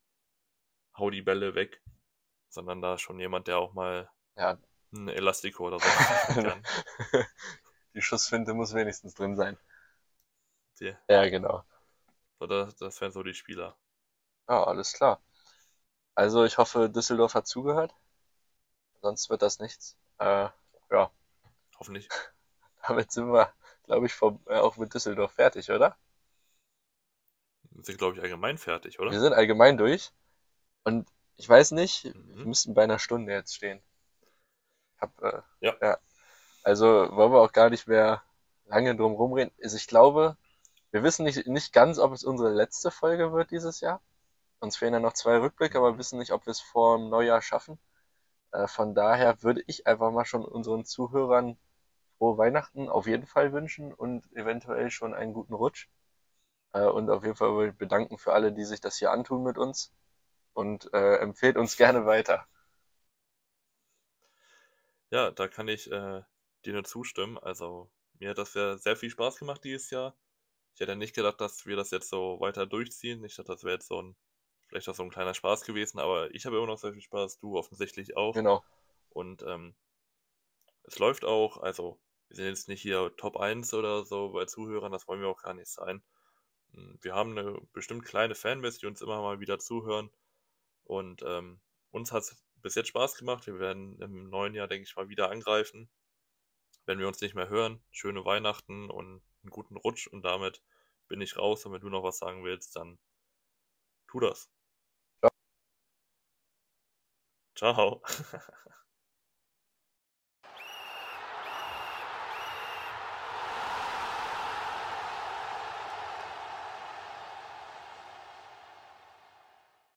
Hau die Bälle weg, sondern da schon jemand, der auch mal Ja. ein Elastico oder so machen kann. Die Schussfinte muss wenigstens drin sein. Die, Ja, genau. oder das wären so die Spieler. Ja, alles klar. Also ich hoffe, Düsseldorf hat zugehört. Sonst wird das nichts. Äh, ja, Hoffentlich damit sind wir, glaube ich, vor, äh, auch mit Düsseldorf fertig, oder? sind sie, glaube ich, allgemein fertig, Wir oder? sind allgemein durch. Und ich weiß nicht, wir Mhm. müssten bei einer Stunde jetzt stehen. Ich hab, äh, Ja, ja, also wollen wir auch gar nicht mehr lange drum rumreden. Also ich glaube, wir wissen nicht, nicht ganz, ob es unsere letzte Folge wird dieses Jahr. Uns fehlen ja noch zwei Rückblicke, aber wir mhm. wissen nicht, ob wir es vor dem Neujahr schaffen. Äh, von daher würde ich einfach mal schon unseren Zuhörern frohe Weihnachten auf jeden Fall wünschen und eventuell schon einen guten Rutsch. Äh, und auf jeden Fall bedanken für alle, die sich das hier antun mit uns und äh, empfehlt uns gerne weiter. Ja, da kann ich äh, dir nur zustimmen. Also, mir hat das ja sehr viel Spaß gemacht dieses Jahr. Ich hätte nicht gedacht, dass wir das jetzt so weiter durchziehen. Ich dachte, das wäre jetzt so ein, vielleicht auch so ein kleiner Spaß gewesen, aber ich habe immer noch sehr viel Spaß, du offensichtlich auch. Genau. Und ähm, es läuft auch, also wir sind jetzt nicht hier Top eins oder so bei Zuhörern, das wollen wir auch gar nicht sein. Hm, Wir haben eine bestimmt kleine Fanbase, die uns immer mal wieder zuhören. Und ähm, uns hat es bis jetzt Spaß gemacht. Wir werden im neuen Jahr, denke ich mal, wieder angreifen. Wenn wir uns nicht mehr hören, schöne Weihnachten und einen guten Rutsch. Und damit bin ich raus. Und wenn du noch was sagen willst, dann tu das. Ciao.